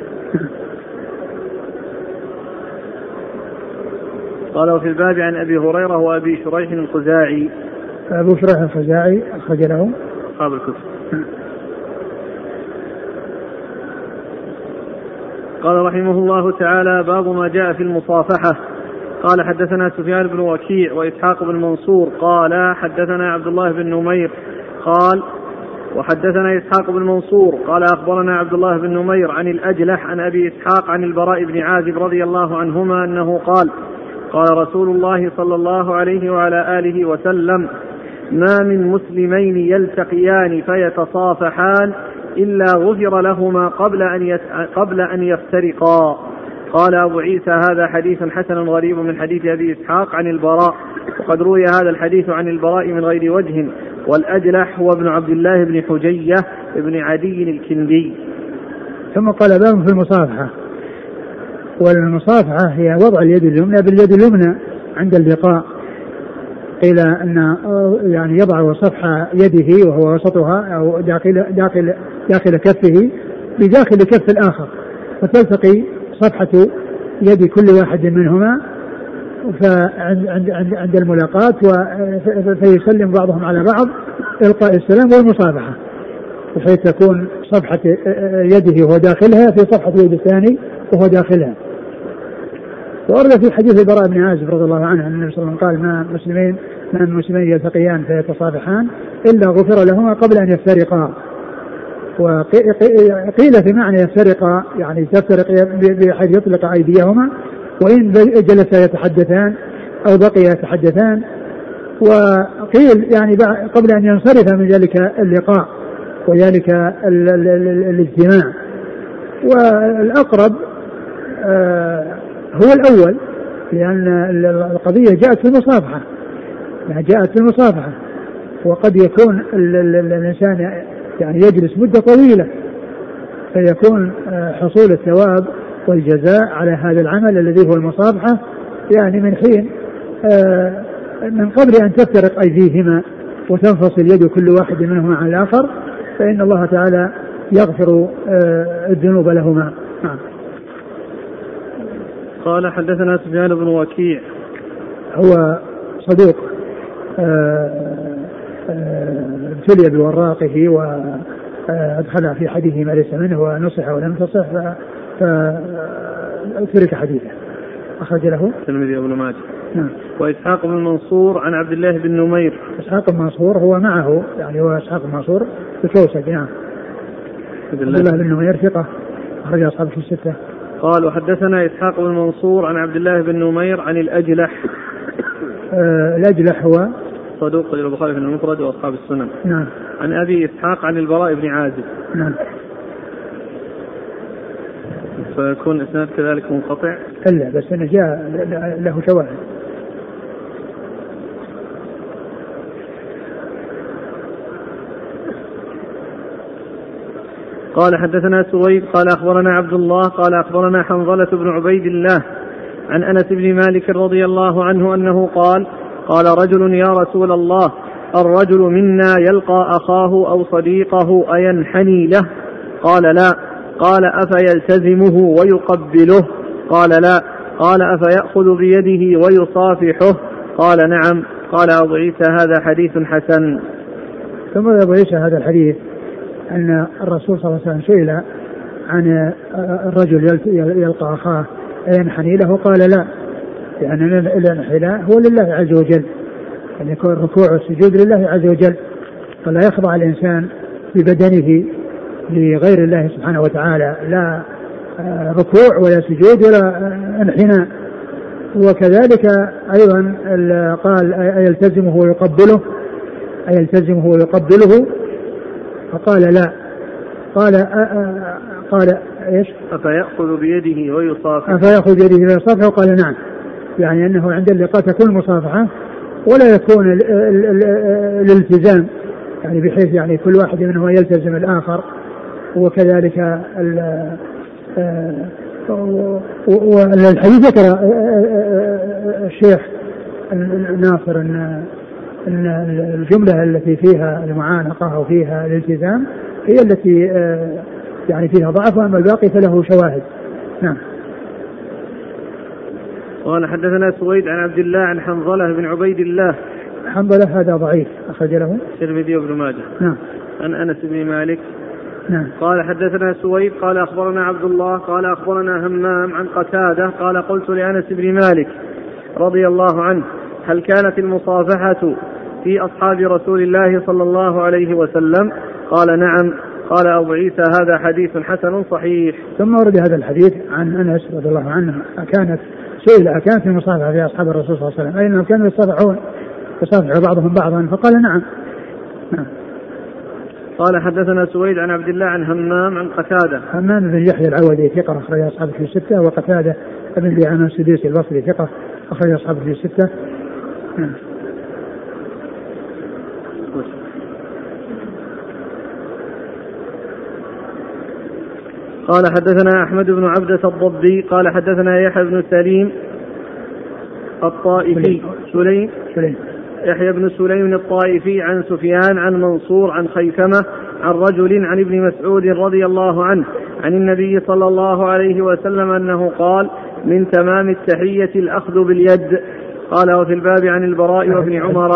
قال وفي الباب عن أبي هريرة وأبي شريح الخزاعي. أبو شريح الخزاعي أخرج له أصحاب الكتب. قال رحمه الله تعالى: باب ما جاء في المصافحة. قال: حدثنا سفيان بن وكيع وإسحاق بن منصور قال: حدثنا عبد الله بن نمير قال: وحدثنا إسحاق بن منصور قال: أخبرنا عبد الله بن نمير عن الأجلح عن أبي إسحاق عن البراء بن عازب رضي الله عنهما أنه قال: قال رسول الله صلى الله عليه وعلى آله وسلم: ما من مسلمين يلتقيان فيتصافحان إلا غفر لهما قبل أن يفترقا. قال أبو عيسى: هذا حديث حسن غريب من حديث أبي إسحاق عن البراء، وقد روي هذا الحديث عن البراء من غير وجه. والأجلح هو ابن عبد الله بن حجية ابن عدي الكندي. ثم قال: باب في المصافحة. والمصافحة هي وضع اليد اليمنى باليد اليمنى عند اللقاء. قيل أن يعني يضع صفح يده وهو وسطها أو داخل كفه بداخل كف الآخر، فتلتقي صفحة يد كل واحد منهما عند الملاقاة، فيسلم بعضهم على بعض إلقاء السلام والمصافحة، بحيث تكون صفحة يده وهو داخلها في صفحة يد الثاني وهو داخلها. وأرد في حديث البراء بن عازب رضي الله عنه أن النبي صلى الله عليه وسلم قال: ما من مسلمين يلتقيان فيتصافحان إلا غفر لهما قبل أن يفترقا. وقيل في معنى يفترقا يعني تفترق بحيث يطلق أيديهما، وإن جلسا يتحدثان أو بقي يتحدثان. وقيل يعني قبل أن ينصرف من ذلك اللقاء وذلك الاجتماع. والأقرب هو الأول، لأن القضية جاءت في المصافحة، يعني جاءت في المصافحة. وقد يكون الإنسان يعني يجلس مدة طويلة، فيكون حصول الثواب والجزاء على هذا العمل الذي هو المصافحة يعني من حين من قبل أن تفترق أيديهما وتنفصل يد كل واحد منهما عن الآخر، فإن الله تعالى يغفر الذنوب لهما. نعم. قال: حدثنا سفيان بن وكيع، هو صدوق ابتلي بوراقه وأدخل في حديثه ما ليس منه ونصح ولم تصح فترك حديثه. أخرج له الترمذي وابن ماجه. نعم. وإسحاق بن منصور عن عبد الله بن نمير. إسحاق بن منصور هو معه، يعني هو إسحاق بن منصور بكوسج. نعم. عبد الله بن نمير ثقة أخرج أصحابه في الستة. قال: وحدثنا إسحاق بن منصور عن عبد الله بن نمير عن الأجلح. الأجلح هو صدوق البخاري في المفرد وأصحاب السنن. نعم. عن أبي إسحاق عن البراء بن عازب. نعم. فيكون إسناد كذلك منقطع. إلا بس أنه جاء له شواهد. قال: حدثنا سويد قال: أخبرنا عبد الله قال: أخبرنا حنظلة بن عبيد الله عن أنس بن مالك رضي الله عنه أنه قال: قال رجل: يا رسول الله، الرجل منا يلقى أخاه أو صديقه أينحني له؟ قال: لا. قال: أفيلتزمه ويقبله؟ قال: لا. قال: أفيأخذ بيده ويصافحه؟ قال: نعم. قال أبو عيسى: هذا حديث حسن. ثم أبو عيسى هذا الحديث أن الرسول صلى الله عليه وسلم سئل عن الرجل يلقى أخاه أينحني له؟ قال: لا، لأن الانحناء هو لله عز وجل، أن يكون الركوع والسجود لله عز وجل، فلا يخضع الإنسان ببدنه لغير الله سبحانه وتعالى، لا ركوع ولا سجود ولا انحناء. وكذلك أيضا قال: أيلتزمه ويقبله؟ أيلتزمه ويقبله؟ فقال: لا. قال إيش؟ أفيأخذ بيده ويصافحه؟ أفيأخذ بيده ويصافحه؟ قال: نعم، يعني أنه عند اللقاء تكون المصافحة ولا يكون الالتزام، يعني بحيث يعني كل واحد منهم يلتزم الآخر. وكذلك والحديث ذكر الشيخ ناصر أن الجملة التي فيها المعانقة وفيها الالتزام هي التي يعني فيها ضعف، وأما الباقي فله شواهد. نعم. قال: حدثنا سويد عن عبد الله عن حنظلة بن عبيد الله. حنظلة هذا ضعيف أخرج له الترمذي وابن ماجه. نعم. عن أنس بن مالك. نعم. قال حدثنا سويد قال أخبرنا عبد الله قال أخبرنا همام عن قتادة قال قلت لأنس بن مالك رضي الله عنه هل كانت المصافحة في أصحاب رسول الله صلى الله عليه وسلم؟ قال نعم. قال أبو عيسى هذا حديث حسن صحيح. ثم ورد هذا الحديث عن أنس رضي الله عنه سئل أكانت المصافحة في أصحاب الرسول صلى الله عليه وسلم؟ أي أنهم كانوا يصافحوا بعضهم بعضا؟ فقال نعم. قال حدثنا سويد عن عبد الله عن همام عن قتادة. همام بن يحيى العودي ثقة أخرج أصحابه في الستة، وقتادة بن دعامة السديسي البصري ثقة أخرج أصحابه في الستة. قال حدثنا أحمد بن عبدة الضبي قال حدثنا يحيى بن سليم الطائفي يحيى بن سليم الطائفي عن سفيان عن منصور عن خيثمة عن رجل عن ابن مسعود رضي الله عنه عن النبي صلى الله عليه وسلم أنه قال من تمام التحية الأخذ باليد. قال وفي الباب عن البراء وابن عمر.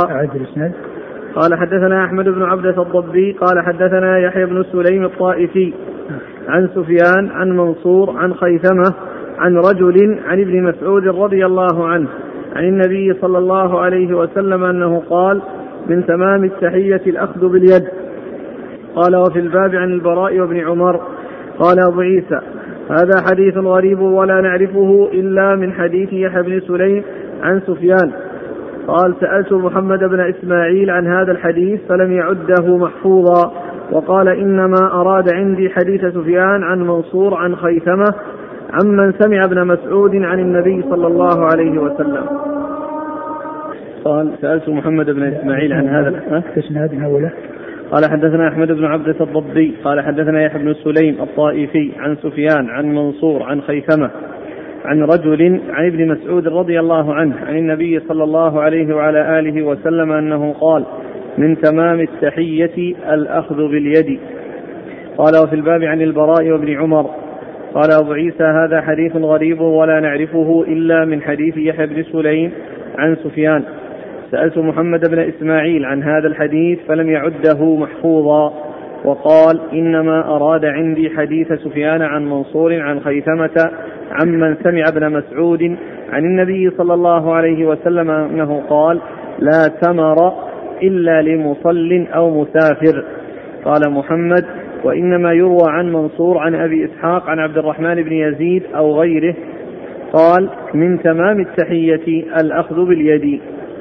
قال حدثنا أحمد بن عبدة الضبي قال حدثنا يحيى بن سليم الطائفي عن سفيان عن منصور عن خيثمة عن رجل عن ابن مسعود رضي الله عنه عن النبي صلى الله عليه وسلم أنه قال من تمام التحية الأخذ باليد. قال وفي الباب عن البراء وابن عمر. قال أبو عيسى هذا حديث غريب ولا نعرفه إلا من حديث يحيى بن سليم عن سفيان. قال سألت محمد بن إسماعيل عن هذا الحديث فلم يعده محفوظا، وقال إنما أراد عندي حديث سفيان عن منصور عن خيثمة عمن سمع ابن مسعود عن النبي صلى الله عليه وسلم. قال سألت محمد بن إسماعيل عن هذا قال حدثنا أحمد بن عبدة الضبي قال حدثنا يحيى بن سليم الطائفي عن سفيان عن منصور عن خيثمة عن رجل عن ابن مسعود رضي الله عنه عن النبي صلى الله عليه وعلى آله وسلم أنه قال من تمام التحية الأخذ باليد. قال وفي الباب عن البراء وابن عمر. قال أبو عيسى هذا حديث غريب ولا نعرفه إلا من حديث يحيى بن سليم عن سفيان. سألت محمد بن إسماعيل عن هذا الحديث فلم يعده محفوظا، وقال إنما أراد عندي حديث سفيان عن منصور عن خيثمة عمن سمع ابن مسعود عن النبي صلى الله عليه وسلم أنه قال لا تمر إلا لمصل أو مسافر. قال محمد وإنما يروى عن منصور عن أبي إسحاق عن عبد الرحمن بن يزيد أو غيره قال من تمام التحية الأخذ باليد.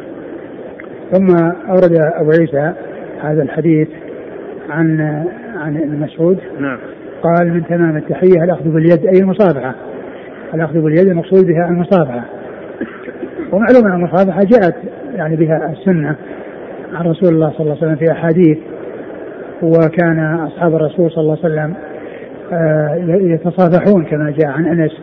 ثم أورد أبو عيسى هذا الحديث عن ابن مسعود. نعم. قال من تمام التحية الأخذ باليد أي المصافحة، الأخذ باليد المقصود بها المصافحة. ومعلوم أن المصافحة جاءت يعني بها السنة عن رسول الله صلى الله عليه وسلم في أحاديث، وكان أصحاب الرسول صلى الله عليه وسلم يتصافحون كما جاء عن أنس.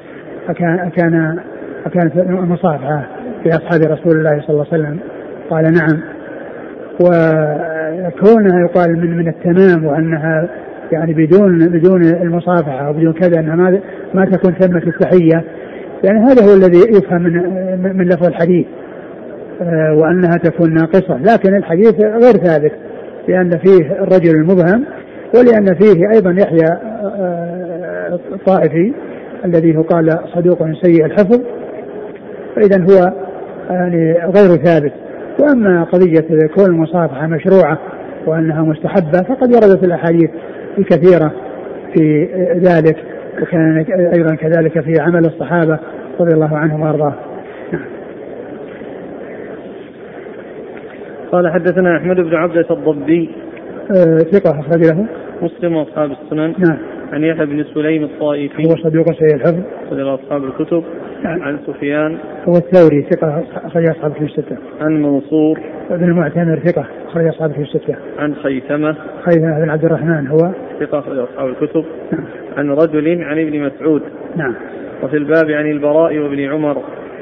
أكانت المصافحة في أصحاب رسول الله صلى الله عليه وسلم؟ قال نعم. وكونها يقال من التمام وأنها يعني بدون المصافحة وبدون كذا أنها ما تكون ثمة التحية، يعني هذا هو الذي يفهم من لفظ الحديث، وأنها تكون ناقصة. لكن الحديث غير ثابت لأن فيه الرجل المبهم، ولأن فيه أيضا يحيى الطائفي الذي هو قال صدوق سيء الحفظ، فإذا هو يعني غير ثابت. وأما قضية كون المصافحة مشروعة وأنها مستحبة فقد وردت الأحاديث الكثيرة في ذلك، وكان أيضا كذلك في عمل الصحابة رضي الله عنهم وأرضاهم. قال حدثنا أحمد بن عبدة الضبي ثقة أخرج له مسلم وأصحاب السنن. نعم. عن يحيى بن سليم الطائفي هو صدوق سيء الحفظ أخرج أصحاب الكتب. نعم. عن سفيان هو الثوري ثقة أخرج أصحاب في الستة. عن منصور بن المعتمر ثقة أخرج أصحاب في الستة. عن خيثمة بن عبد الرحمن هو ثقة أخرج أصحاب الكتب. نعم. عن رجل عن ابن مسعود. نعم. وفي الباب عن البراء وابن عمر.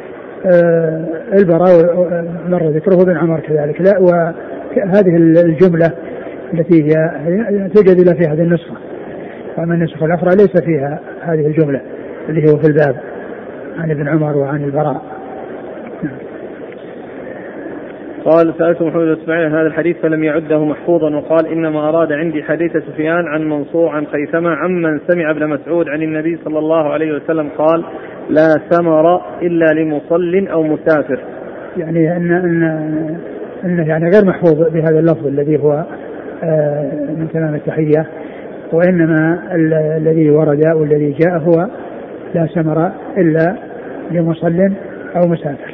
البراء مر ذكره بن عمر كذلك. لا، وهذه الجملة التي هي توجد إلى في هذه النسخة، وأما النسخة الأخرى ليس فيها هذه الجملة اللي هو في الباب عن ابن عمر وعن البراء. قال سألت محمد بن إسماعيل عن هذا الحديث فلم يعده محفوظا، وقال إنما أراد عندي حديث سفيان عن منصور عن خيثمة عمن سمع ابن مسعود عن النبي صلى الله عليه وسلم قال لا ثمر إلا لمصل أو مسافر. يعني أنه يعني غير محفوظ بهذا اللفظ الذي هو من تمام التحية، وإنما الذي ورد والذي جاء هو لا ثمر إلا لمصل أو مسافر.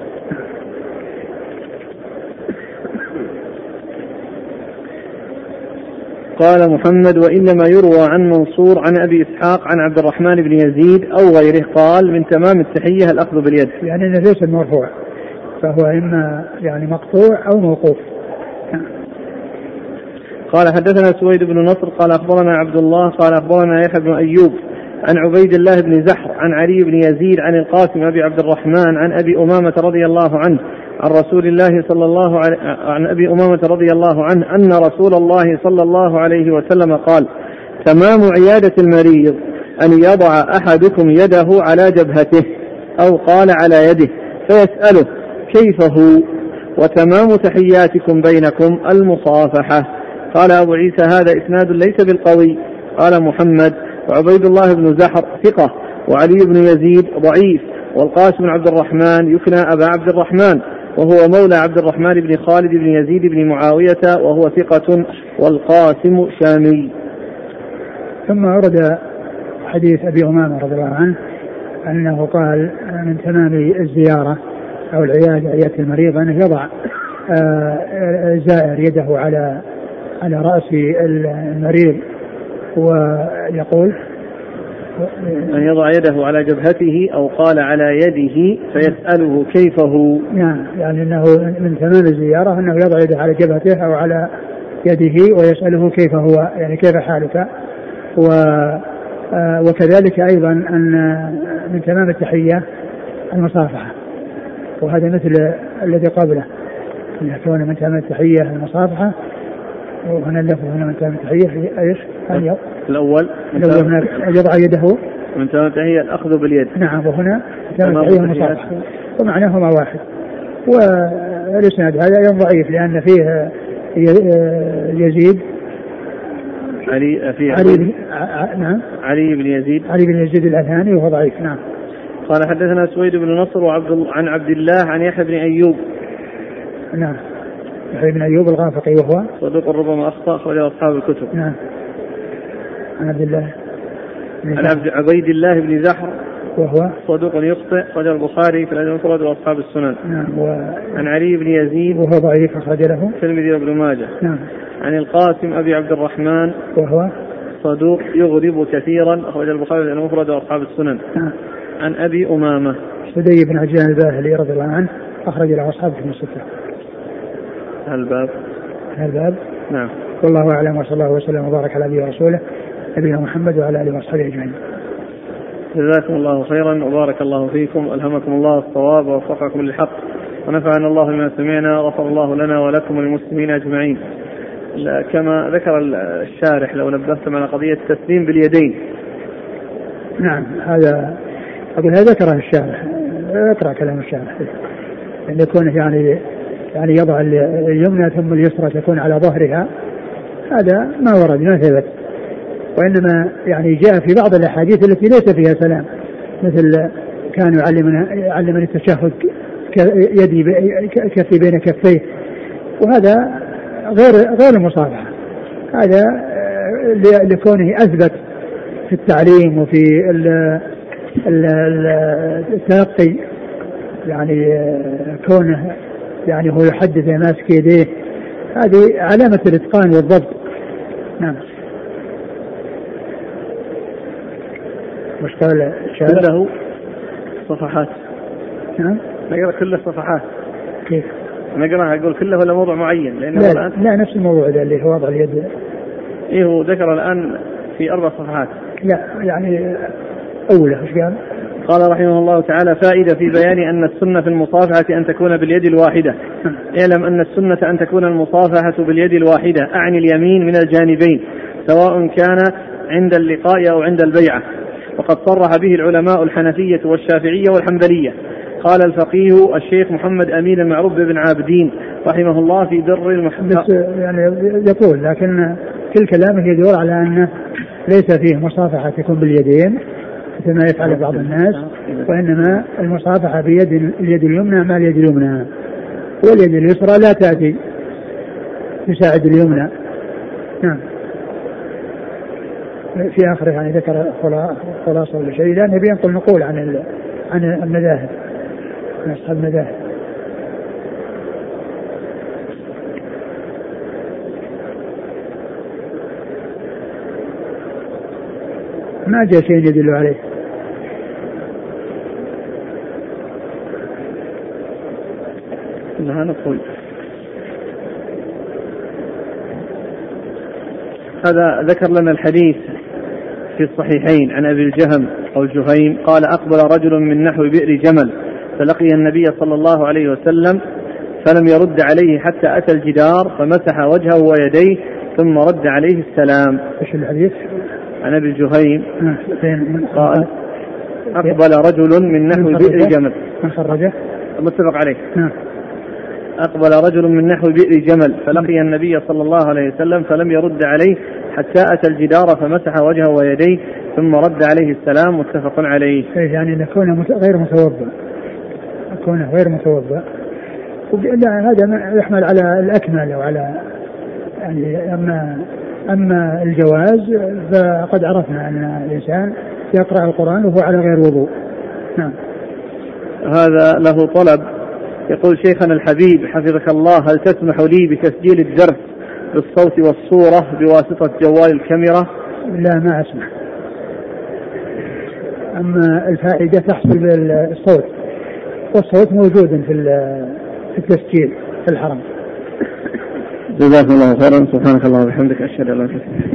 قال محمد وإنما يروى عن منصور عن أبي إسحاق عن عبد الرحمن بن يزيد أو غيره قال من تمام التحية الأخذ باليد، يعني أنه ليس مرفوع، فهو إما يعني مقطوع أو موقوف. قال حدثنا سويد بن نصر قال أخبرنا عبد الله قال أخبرنا يحيى بن أيوب عن عبيد الله بن زحر عن علي بن يزيد عن القاسم أبي عبد الرحمن عن أبي أمامة رضي الله عنه عن رسول الله صلى الله عليه عن أبي أمامة رضي الله عنه أن رسول الله صلى الله عليه وسلم قال تمام عيادة المريض أن يضع أحدكم يده على جبهته أو قال على يده فيسأله كيف هو، وتمام تحياتكم بينكم المصافحة. قال أبو عيسى هذا إسناد ليس بالقوي. قال محمد وعبيد الله بن زحر ثقة وعلي بن يزيد ضعيف والقاسم بن عبد الرحمن يكنى أبا عبد الرحمن وهو مولى عبد الرحمن بن خالد بن يزيد بن معاوية وهو ثقة والقاسم شامي. ثم ورد حديث أبي أمامة رضي الله عنه أنه قال من تمام الزيارة أو العيادة عيادة المريض أنه يضع الزائر يده على رأس المريض ويقول أن يضع يده على جبهته أو قال على يده فيسأله كيف هو. يعني أنه من تمام الزيارة أنه يضع يده على جبهته أو على يده ويسأله كيف هو، يعني كيف حالك. وكذلك أيضا أن من تمام التحية المصافحة، وهذا مثل الذي قبله أن يكون من تمام التحية المصافحة، وهنا اللفظ هنا من تمام التحية ايش؟ الأول يضع يده من تمام التحية الأخذ باليد. نعم، وهنا تمام التحية المصافحة ومعناهما واحد. والإسناد هذا ضعيف لأن فيه يزيد علي بن يزيد الأذهاني وهو ضعيف. نعم. قال حدثنا سويد بن نصر عن عبد الله عن يحيى بن أيوب. نعم، يحيى بن أيوب الغافقي وهو صدوق ربما أخطأ أخرجه أصحاب الكتب. نعم. عن عبد الله عن عبيد الله بن زحر وهو صدوق يخطئ أخرجه البخاري في الأدب المفرد وأصحاب السنن. نعم. عن علي بن يزيد وهو ضعيف أخرج له الترمذي وابن ماجه. نعم. عن القاسم أبي عبد الرحمن وهو صدوق يغرب كثيرا أخرج البخاري في الأدب المفرد وأصحاب السنن. نعم. عن أبي أمامة سدي بن عجلان الباهلي رضي الله عنه أخرج له أصحابه في الستة. الباب. نعم. والله أعلم، وصلى الله وسلم وبارك على نبينا ورسوله نبينا محمد وعلى آله وصحبه أجمعين. جزاكم الله خيرا وبارك الله فيكم وألهمكم الله الصواب ووفقكم للحق ونفعنا الله بما سمعنا غفر الله لنا ولكم وللمسلمين أجمعين. كما ذكر الشارح لو نبهتم على قضية التسليم باليدين. نعم، هذا أقول هذا ذكره الشارح، اقرأ كلام الشارح أن يكون يعني يضع اليمنى ثم اليسرى تكون على ظهرها، هذا ما ورد ما ثبت، وإنما يعني جاء في بعض الأحاديث التي ليس فيها سلام، مثل كان يعلمني التشهد يدي كفي بين كفيه، وهذا غير المصافحة، هذا لكونه أثبت في التعليم وفي التلقي، يعني كونه يعني هو يحدث ماسك يديه، هذه علامة الإتقان والضبط. نعم. مشتغل كله صفحات. نعم. نقرأ كله صفحات. كيف؟ نقرأ أقول كله ولا موضوع معين؟ لا نفس الموضوع ده اللي هو وضع اليد. إيه هو ذكر الآن في 4 صفحات. لا يعني أوله إيش قال؟ قال رحمه الله تعالى فائدة في بيان أن السنة في المصافحة أن تكون باليد الواحدة. اعلم أن السنة أن تكون المصافحة باليد الواحدة، أعني اليمين من الجانبين سواء كان عند اللقاء أو عند البيعة، وقد صرح به العلماء الحنفية والشافعية والحنبلية. قال الفقيه الشيخ محمد أمين المعروف بن عابدين رحمه الله في در المحقق. يعني يقول لكن كل كلامه يدور على أنه ليس فيه مصافحة تكون باليدين مثل ما يفعل بعض الناس، وإنما المصافحة بيد اليد اليمنى مع اليد اليمنى، واليد اليسرى لا تأتي تساعد اليمنى. نعم. في آخره يعني ذكر خلاصة لشيء لأن يبي ينقل نقول عن المذاهب، عن أصحاب المذاهب. ما جاء شيء يدل عليه. إنها نقول هذا ذكر لنا الحديث في الصحيحين عن أبي الجهم أو الجهيم قال أقبل رجل من نحو بئر جمل فلقي النبي صلى الله عليه وسلم فلم يرد عليه حتى أتى الجدار فمسح وجهه ويديه ثم رد عليه السلام. إيش الحديث؟ عن أبي الجهيم قال أقبل رجل من نحو بئر جمل. من خرجه؟ متفق عليه. أقبل رجل من نحو بئر جمل فلقي النبي صلى الله عليه وسلم فلم يرد عليه حتى أتى الجدار فمسح وجهه ويديه ثم رد عليه السلام. متفق عليه. يعني نكون غير متوضئ، نكون غير متوضئ، هذا يحمل على الأكمل أو على يعني أما الجواز فقد عرفنا أن الإنسان يقرأ القرآن وهو على غير وضوء. نعم. هذا له طلب، يقول شيخنا الحبيب حفظك الله هل تسمح لي بتسجيل الدرس بالصوت والصورة بواسطة جوال الكاميرا؟ لا ما أسمح، أما الفائدة تحصل بالصوت، والصوت موجود في التسجيل في الحرم. جزاكم الله خيرا. سبحانك اللهم وبحمدك أشهد أن لا إله إلا أنت.